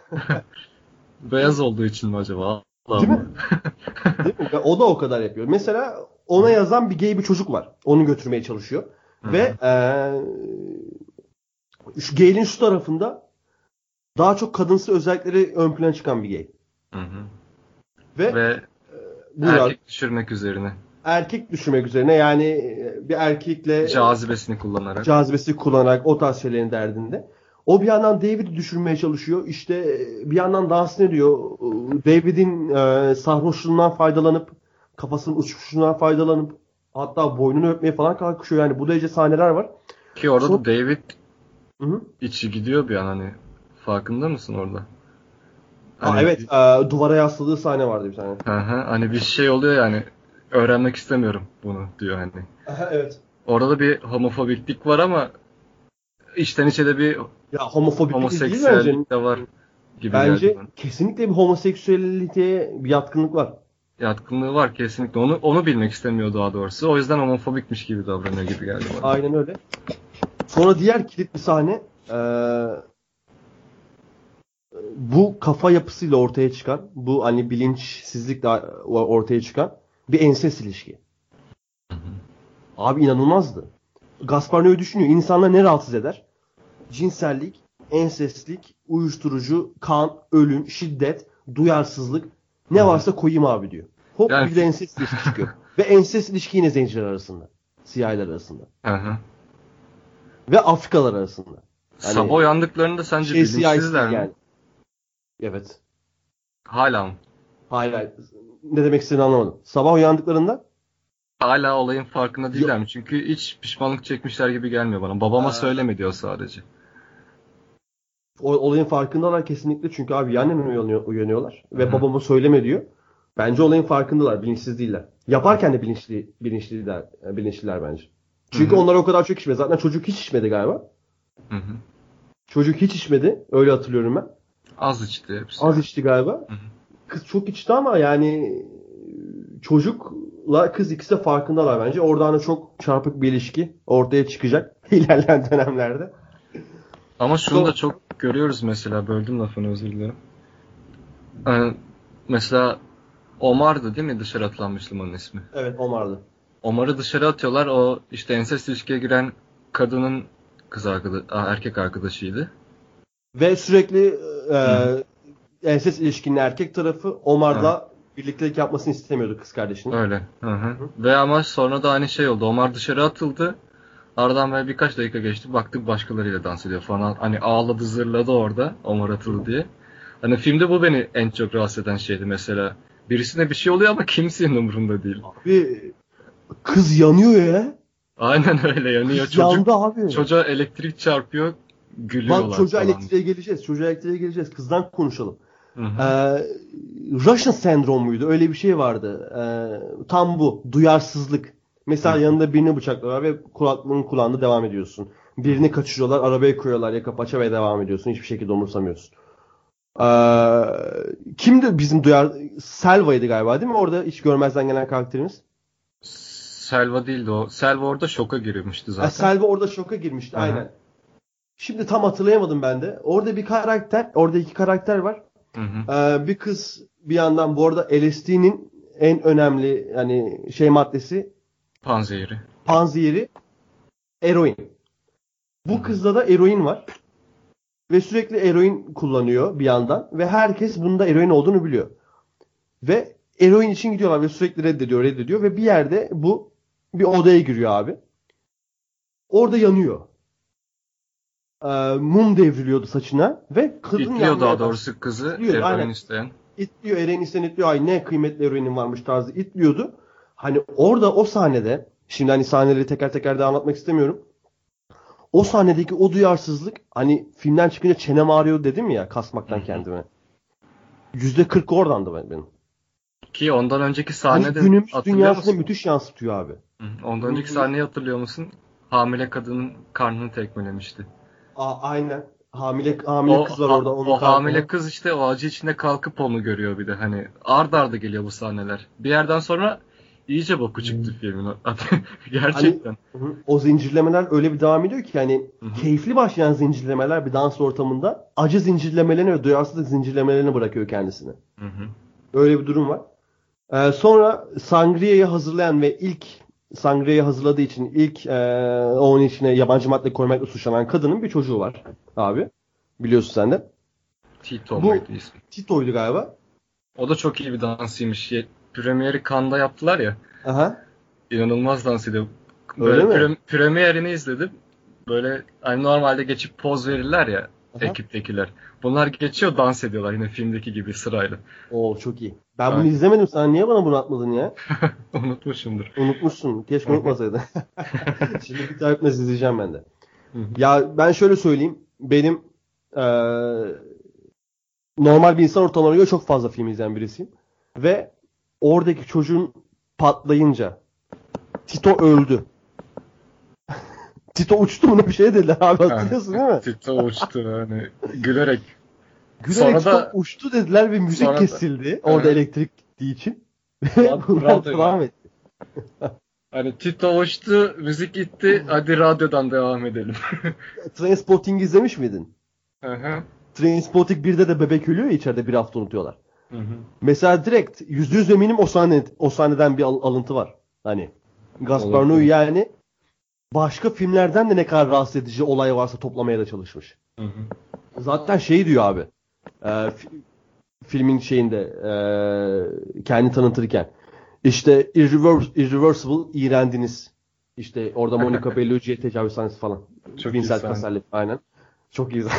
beyaz olduğu için mi acaba? Allah Değil Allah. mi? Değil mi? Ve o da o kadar yapıyor. Mesela ona yazan bir gay bir çocuk var. Onu götürmeye çalışıyor. Hı. Ve şu gay'in şu tarafında daha çok kadınsı özellikleri ön plana çıkan bir gay. Hı hı. Ve Ve buyur abi. erkek düşürmek üzerine. Erkek düşürmek üzerine yani bir erkekle Cazibesini kullanarak. cazibesi kullanarak o tarz şeylerin derdinde. O bir yandan David'i düşürmeye çalışıyor. İşte bir yandan dans ediyor. David'in sarhoşluğundan faydalanıp kafasının uçuşundan faydalanıp hatta boynunu öpmeye falan kalkışıyor. Yani bu derece sahneler var. Ki orada Çok- da David Hı hı. içi gidiyor bir an hani. Farkında mısın orada? Ha, Hani- evet, duvara yasladığı sahne vardı bir tane. Hı hı. Hani bir şey oluyor yani. Öğrenmek istemiyorum bunu diyor hani. Aha, evet. Orada da bir homofobiklik var ama içten içe de bir Ya homofobik değil bence. homoseksüellik de var gibi Bence geldi bana. kesinlikle bir homoseksüeliteye bir yatkınlık var. Yatkınlığı var kesinlikle. Onu bilmek istemiyor daha doğrusu. O yüzden homofobikmiş gibi davranıyor gibi geldi bana. Aynen öyle. Sonra diğer kilit bir sahne bu kafa yapısıyla ortaya çıkan, bu hani bilinçsizlikle ortaya çıkan bir ensest ilişki. Abi inanılmazdı. Gaspar Noé düşünüyor. İnsanlar ne rahatsız eder? Cinsellik, ensestlik, uyuşturucu, kan, ölüm, şiddet, duyarsızlık ne varsa koyayım abi diyor. Hop Yani- bir de ensest ilişki çıkıyor. Ve ensest ilişki yine zenciler arasında. Siyahiler arasında. Hı hı. Ve Afrikalılar arasında. Hani Sabah uyandıklarında sence bilinçsizler mi? yani. Evet. Hala mı? Hayır. Ne demek istediğini anlamadım. Sabah uyandıklarında Hala olayın farkında değiller mi? Çünkü hiç pişmanlık çekmişler gibi gelmiyor bana. Babama söyleme diyor sadece. olayın farkındalar kesinlikle. Çünkü abi yannen uyanıyorlar. Ve babama söyleme diyor. Bence olayın farkındalar. Bilinçsiz değiller. Yaparken de bilinçliler bence. Çünkü onlar o kadar çok içmedi. Zaten çocuk hiç içmedi galiba. Hı hı. Çocuk hiç içmedi. Öyle hatırlıyorum ben. Az içti hepsi. Az içti galiba. Hı hı. Kız çok içti ama yani çocukla kız ikisi de farkındalar bence. Oradan da çok çarpık bir ilişki ortaya çıkacak ilerleyen dönemlerde. Ama şunu da çok görüyoruz mesela. Böldüm lafını, özür dilerim. Mesela Omar'dı değil mi dışarı atılan Müslümanın ismi? Evet, Omar'dı. Omar'ı dışarı atıyorlar. O işte ensest ilişkiye giren kadının erkek arkadaşıydı. Ve sürekli ensest ilişkinin erkek tarafı Omar'la birliktelik yapmasını istemiyordu kız kardeşinin. Öyle. Hı hı. Ve ama sonra da aynı şey oldu. Omar dışarı atıldı. Aradan böyle birkaç dakika geçti. Baktık başkalarıyla dans ediyor falan. Hani ağladı zırladı orada Omar atıldı diye. Hani filmde bu beni en çok rahatsız eden şeydi mesela. Birisine bir şey oluyor ama kimsenin umurunda değil. Abi kız yanıyor ya. Aynen öyle yanıyor. Kız yandı abi. Çocuğa elektrik çarpıyor. Gülüyorlar Bak çocuğa falan. elektriğe geleceğiz. Kızdan konuşalım. Hı hı. Russian sendrom muydu? Öyle bir şey vardı. Tam bu. Duyarsızlık. Mesela yanında birini bıçaklıyorlar ve kulaklığın kulağında devam ediyorsun. Birini kaçırıyorlar, arabaya koyuyorlar, yaka paça ve devam ediyorsun. Hiçbir şekilde umursamıyorsun. Kimdi bizim Selva'ydı galiba değil mi? Orada hiç görmezden gelen karakterimiz. Selva değildi o. Selva orada şoka girmişti zaten. Selva orada şoka girmişti. Hı hı. Aynen. Şimdi tam hatırlayamadım ben de. Orada iki karakter var. Hı hı. Bir kız bir yandan bu arada LSD'nin en önemli hani maddesi panzehiri eroin. Bu kızda da eroin var. Ve sürekli eroin kullanıyor bir yandan ve herkes bunda eroin olduğunu biliyor. Ve eroin için gidiyorlar ve sürekli reddediyor ve bir yerde bu bir odaya giriyor abi. Orada yanıyor. Mum devriliyordu saçına ve kadın İtliyor daha doğrusu kızı eroin isteyen. İtliyor, eroin isteyen itliyor. Ay ne kıymetli eroinin varmış tarzı itliyordu. Hani orada o sahnede, şimdi hani sahneleri teker teker de anlatmak istemiyorum. O sahnedeki o duyarsızlık, hani filmden çıkınca çenem ağrıyor dedim ya kasmaktan kendime. %40 oradandı benim. Ki ondan önceki Hani sahnede günümüz hatırlıyor dünyasını musun? müthiş yansıtıyor abi. Ondan önceki sahneyi hatırlıyor musun? Hamile kadının karnını tekmelemişti. Aynen. Hamile kız var orada. O hamile kız işte o acı içinde kalkıp onu görüyor bir de. Hani ard arda geliyor bu sahneler. Bir yerden sonra iyice boku çıktı filmin. Gerçekten. Hani, o zincirlemeler öyle bir devam ediyor ki yani keyifli başlayan zincirlemeler bir dans ortamında acı zincirlemelerini ve duyarsızlık zincirlemelerini bırakıyor kendisine. Öyle bir durum var. Sonra Sangria'yı hazırlayan ve ilk Sangria'yı hazırladığı için onun içine yabancı madde koymakla suçlanan kadının bir çocuğu var abi. Biliyorsun sen de. Tito muydu ismi? Tito'ydu galiba. O da çok iyi bir dansıymış. Premieri Cannes'da yaptılar ya. Aha. İnanılmaz dans ediyor. Böyle Premierini izledim. Böyle hani normalde geçip poz verirler ya ekiptekiler. Bunlar geçiyor dans ediyorlar yine filmdeki gibi sırayla. Oo çok iyi. Ben bunu izlemedim. Sen niye bana bunu atmadın ya? Unutmuşumdur. Unutmuşsun. Keşke unutmasaydın. Şimdi bir daha etmez izleyeceğim ben de. Ya ben şöyle söyleyeyim. Benim normal bir insan ortamına göre çok fazla film izleyen birisiyim. Ve oradaki çocuğun patlayınca Tito öldü. Tito uçtu mu bir şey dediler abi, hatırlıyorsun değil mi? Tito uçtu yani gülerek. Gülerek Sonra Tito da uçtu dediler ve müzik sonra da- kesildi. Orada Evet. elektrik gittiği için. Ve bunlar Radyo devam etti. Hani Tito uçtu, müzik gitti, hadi radyodan devam edelim. Trainspotting izlemiş miydin? Hı hı. Trainspotting 1'de de bebek ölüyor ya, içeride bir hafta unutuyorlar. Hı hı. Mesela direkt %100 eminim o sahneden bir alıntı var. Hani Gaspar Olabilir. Noé yani başka filmlerden de ne kadar rahatsız edici olay varsa toplamaya da çalışmış. Hı hı. Zaten şey diyor abi. Filmin şeyinde kendi tanıtırken. İşte irreversible iğrendiniz. İşte orada Monica Bellucci'ye tecavüz sahnesi falan. Çok iyi Vincent sahne. Cassel aynen. Çok iyi.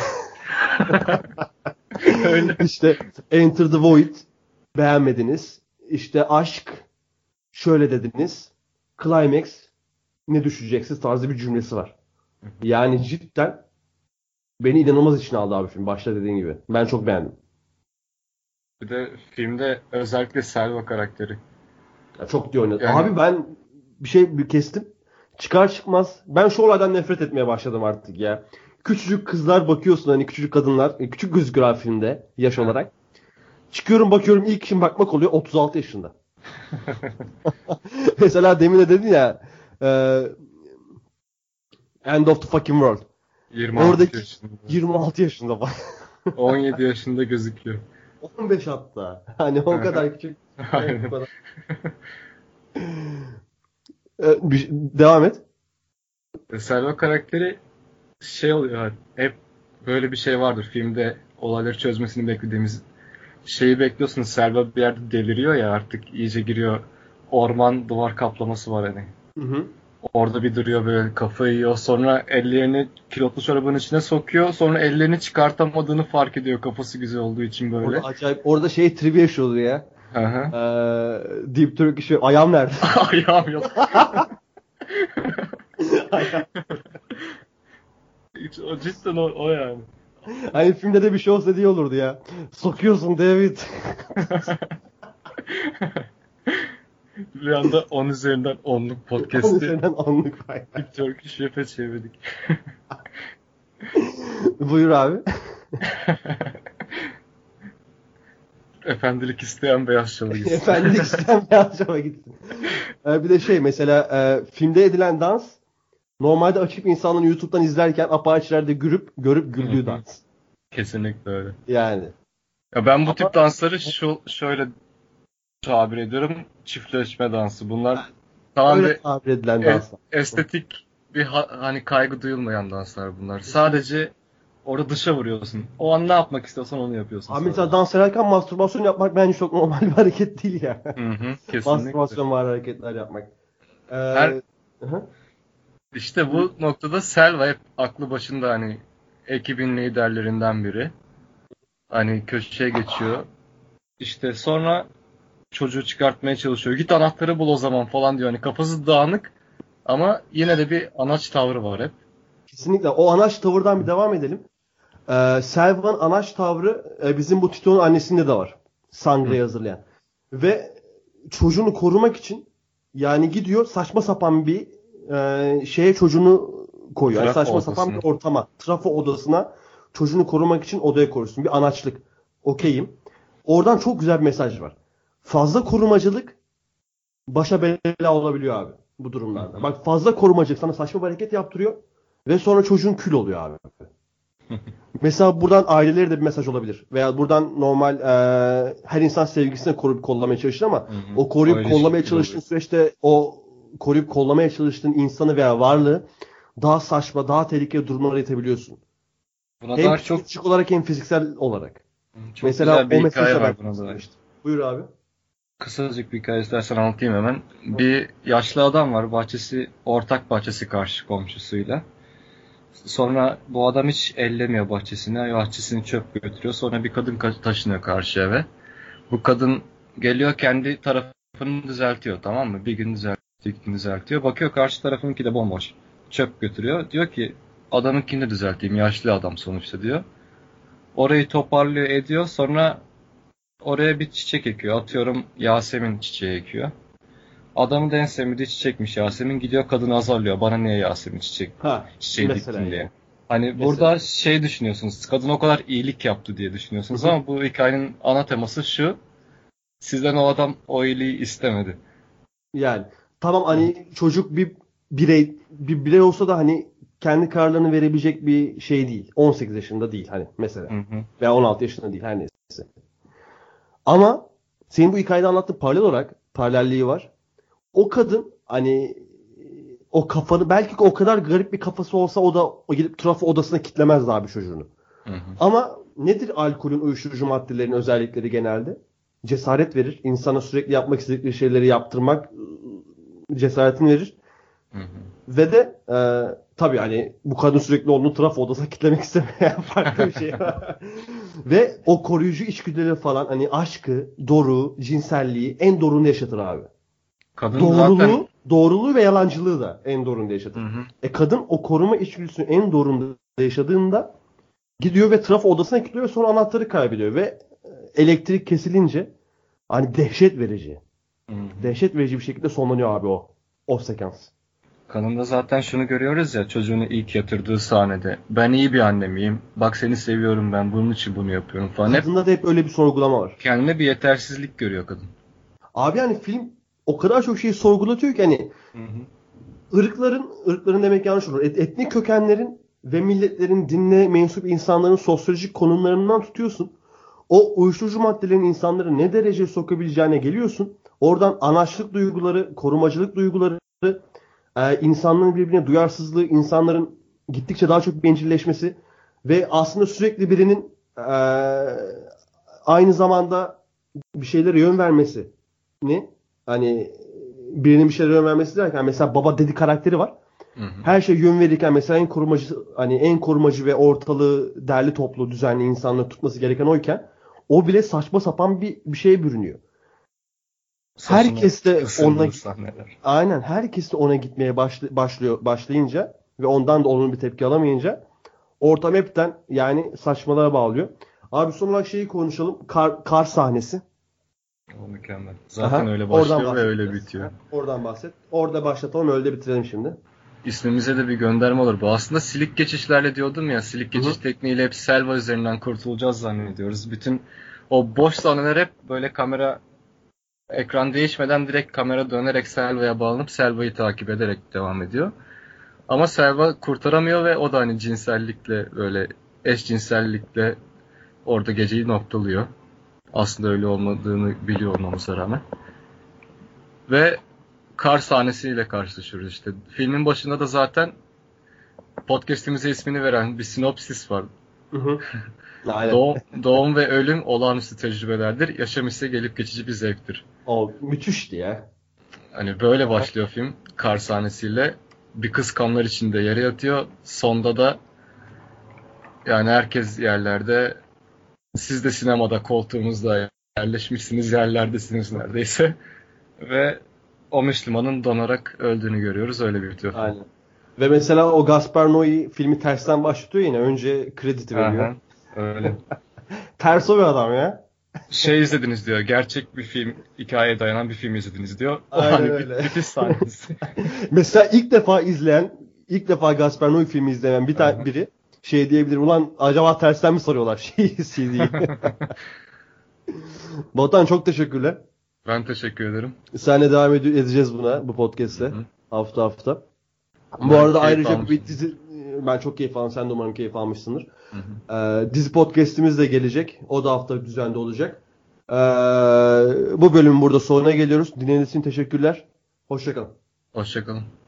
Öyle. İşte Enter the Void beğenmediniz. İşte aşk şöyle dediniz. Climax ne düşeceksiniz tarzı bir cümlesi var. Yani cidden beni inanılmaz içine aldı abi film. Başta dediğin gibi. Ben çok beğendim. Bir de filmde özellikle Selva karakteri. Ya çok iyi oynadı. Yani- Abi ben bir kestim. Çıkar çıkmaz ben şu olaydan nefret etmeye başladım artık ya. Küçücük kızlar bakıyorsun, hani küçücük kadınlar, küçük gözüküyor abi filmde yaş Evet. olarak. Çıkıyorum bakıyorum, ilk işim bakmak oluyor 36 yaşında. Mesela demin de dedin ya End of the fucking world. 26 Oradaki yaşında. 26 yaşında bak. 17 yaşında gözüküyor. 15 hatta. Hani o kadar küçük. Aynen. O kadar. Devam et. Selva karakteri şey oluyor hani, hep böyle bir şey vardır filmde olayları çözmesini beklediğimiz şeyi bekliyorsunuz. Selva bir yerde deliriyor ya, artık iyice giriyor. Orman duvar kaplaması var hani. Hı hı. Orada bir duruyor böyle, kafayı yiyor. Sonra ellerini kilotlu çorabın içine sokuyor. Sonra ellerini çıkartamadığını fark ediyor, kafası güzel olduğu için böyle. Orada acayip. Orada şey trivia şey oluyor ya. Hı hı. Deep Turkish şey. Ayağım nerede? Ayağım yok. O cidden o yani. Hani filmde de bir şey olsa diye olurdu ya. Sokuyorsun David. Bir anda 10 üzerinden 10'luk Onun podcast'i üzerinden anlık pay. Deep Turkish Rap'e çevirdik. Buyur abi. Efendilik isteyen beyaz şalı gitsin. Efendilik isteyen bir akşama gitsin. Bir de şey mesela filmde edilen dans normalde açıp insanların YouTube'dan izlerken apaçilerde görüp güldüğü dans. Kesinlikle öyle. Yani. Ya ben bu tip dansları şöyle tabir ediyorum. Çiftleşme dansı. Bunlar tamam Öyle bir tabir edilen danslar. estetik bir hani kaygı duyulmayan danslar bunlar. Sadece orada dışa vuruyorsun. O an ne yapmak istiyorsan onu yapıyorsun. Abi mesela dans ederken mastürbasyon yapmak bence çok normal bir hareket değil ya. Kesinlikle. Mastürbasyon var hareketler yapmak. Her- hı. İşte bu noktada Selva hep aklı başında, hani ekibin liderlerinden biri. Hani köşeye geçiyor. İşte sonra çocuğu çıkartmaya çalışıyor. Git anahtarı bul o zaman falan diyor. Hani kafası dağınık ama yine de bir anaç tavrı var hep. Kesinlikle. O anaç tavırdan bir devam edelim. Selva'nın anaç tavrı bizim bu Tito'nun annesinde de var. Sangre'yi hazırlayan. Ve çocuğunu korumak için yani gidiyor saçma sapan bir şeye çocuğunu koyuyor. Yani Trafo saçma sapan bir odasına. ortama. Trafo odasına çocuğunu korumak için odaya koyuyorsun. Bir anaçlık. Okeyim. Oradan çok güzel bir mesaj var. Fazla korumacılık başa bela olabiliyor abi bu durumlarda. Bak fazla korumacılık sana saçma bir hareket yaptırıyor ve sonra çocuğun kül oluyor abi. Mesela buradan ailelere de bir mesaj olabilir. Veya buradan normal her insan sevgisini koruyup kollamaya çalışır ama o koruyup Aile kollamaya ilişkileri çalıştığın oluyor. süreçte o koruyup kollamaya çalıştığın insanı veya varlığı daha saçma, daha tehlikeli durumlara itebiliyorsun. Buna Hem dair çok psikolojik olarak hem fiziksel olarak. çok Mesela güzel bir o mesajı hikaye da var ben buna dair. istemiştim. Buyur abi. Kısacık bir hikaye istersen anlatayım hemen. Bir yaşlı adam var. Ortak bahçesi karşı komşusuyla. Sonra bu adam hiç ellemiyor bahçesini. Bahçesini çöp götürüyor. Sonra bir kadın taşınıyor karşı eve. Bu kadın geliyor, kendi tarafını düzeltiyor, tamam mı? Bir gün düzeltiyor, iki gün düzeltiyor. Bakıyor karşı tarafınki de bomboş. Çöp götürüyor. Diyor ki adamınkini de düzelteyim. Yaşlı adam sonuçta diyor. Orayı toparlıyor ediyor. Sonra oraya bir çiçek ekiyor. Atıyorum Yasemin çiçeği ekiyor. Adamın da en sevmediği çiçekmiş Yasemin. Gidiyor kadını azarlıyor. Bana niye Yasemin çiçeği Mesela diktin diye. yani. Hani Mesela. burada şey düşünüyorsunuz. Kadın o kadar iyilik yaptı diye düşünüyorsunuz ama bu hikayenin ana teması şu. Sizden o adam o iyiliği istemedi. Yani tamam hani çocuk bir birey olsa da hani kendi kararlarını verebilecek bir şey değil. 18 yaşında değil hani mesela. Hı hı. Veya 16 yaşında değil her neyse. Ama senin bu hikayede anlattığın paralelliği var. O kadın hani o kafanı belki o kadar garip bir kafası olsa o gidip trafo odasına kitlemezdi abi çocuğunu. Hı hı. Ama nedir alkolün, uyuşturucu maddelerin özellikleri genelde? Cesaret verir. İnsana sürekli yapmak istedikleri şeyleri yaptırmak cesaretini verir. Hı hı. Ve de tabii hani bu kadın sürekli onu trafo odasına kitlemek istemeyen farklı bir şey var. Ve o koruyucu içgüdüleri falan hani aşkı, doruğu, cinselliği en dorunu yaşatır abi. Kadın zaten Doğruluğu ve yalancılığı da en dorunda yaşatır. hı hı. Kadın o koruma içgüdüsünü en dorunda yaşadığında gidiyor ve trafo odasına kilitliyor ve sonra anahtarı kaybediyor ve elektrik kesilince hani dehşet verici. Hı hı. Dehşet verici bir şekilde sonlanıyor abi o sekans. Kadında zaten şunu görüyoruz ya çocuğunu ilk yatırdığı sahnede. Ben iyi bir anne miyim? Bak seni seviyorum ben bunun için bunu yapıyorum falan. Hep Kadında da hep öyle bir sorgulama var. kendine bir yetersizlik görüyor kadın. Abi hani film o kadar çok şeyi sorgulatıyor ki hani Hı hı. ırkların demek yanlış olur. Etnik kökenlerin ve milletlerin dinle mensup insanların sosyolojik konumlarından tutuyorsun. O uyuşturucu maddelerin insanları ne dereceye sokabileceğine geliyorsun. Oradan anaçlık duyguları, korumacılık duyguları, insanların birbirine duyarsızlığı, insanların gittikçe daha çok bencilleşmesi ve aslında sürekli birinin aynı zamanda bir şeylere yön vermesi. Ne? Hani birinin bir şeylere yön vermesi derken mesela Baba Dedi karakteri var. Hı hı. Her şey yön verirken mesela en korumacı ve ortalığı derli toplu düzenli insanları tutması gereken oyken o bile saçma sapan bir şeye bürünüyor. Saçını Herkes de ona ısırdığı sahneler. aynen herkes de ona gitmeye başlayınca ve ondan da olumlu bir tepki alamayınca ortam hepten yani saçmalığa bağlıyor. Abi son olarak şeyi konuşalım. Kar sahnesi. O mükemmel. Zaten Aha, öyle oradan başlıyor ve öyle bahsedeceğiz. bitiyor. Ha, oradan bahset. Orada başlatalım öyle bitirelim şimdi. İsmimize de bir gönderme olur. Bu aslında silik geçişlerle diyordum ya. Silik Hı hı. geçiş tekniğiyle hep Selva üzerinden kurtulacağız zannediyoruz. Bütün o boş sahneler hep böyle ekran değişmeden direkt kamera dönerek Selva'ya bağlanıp Selva'yı takip ederek devam ediyor. Ama Selva kurtaramıyor ve o da hani cinsellikle böyle eşcinsellikle orada geceyi noktalıyor. Aslında öyle olmadığını biliyor olmamıza rağmen. Ve kar sahnesiyle karşılaşıyoruz işte. Filmin başında da zaten podcast'imize ismini veren bir sinopsis var. Hı hı. Aynen. Doğum ve ölüm olağanüstü tecrübelerdir. Yaşam ise gelip geçici bir zevktir. O müthişti ya. Hani böyle başlıyor film kar sahnesiyle. Bir kız kanlar içinde yere yatıyor. Sonda da yani herkes yerlerde. Siz de sinemada koltuğunuzda yerleşmişsiniz, yerlerdesiniz neredeyse. Ve o Müslümanın donarak öldüğünü görüyoruz. Öyle bitiyor film. Aynen. Ve mesela o Gaspar Noé filmi tersten başlatıyor yine. Önce krediti veriyor. Aha, öyle. Ters o bir adam ya. Şey izlediniz diyor. Gerçek bir film, hikayeye dayanan bir film izlediniz diyor. O Aynen hani öyle. bitiş sahnesi. Mesela ilk defa Gaspar Noé filmi izleyen biri şey diyebilir. Ulan acaba tersten mi sarıyorlar CD'yi? Batuhan çok teşekkürler. Ben teşekkür ederim. Seninle devam edeceğiz bu podcast'te. Hı hı. Hafta hafta. Bu Ben arada keyif ayrıca bir almıştım. dizi ben çok keyif aldım. Sen de umarım keyif almışsındır. Hı hı. Dizi podcast'imiz de gelecek. O da hafta düzenli olacak. Bu bölümün burada sonuna geliyoruz. Dinlediğiniz için teşekkürler. Hoşça kalın. Hoşça kalın.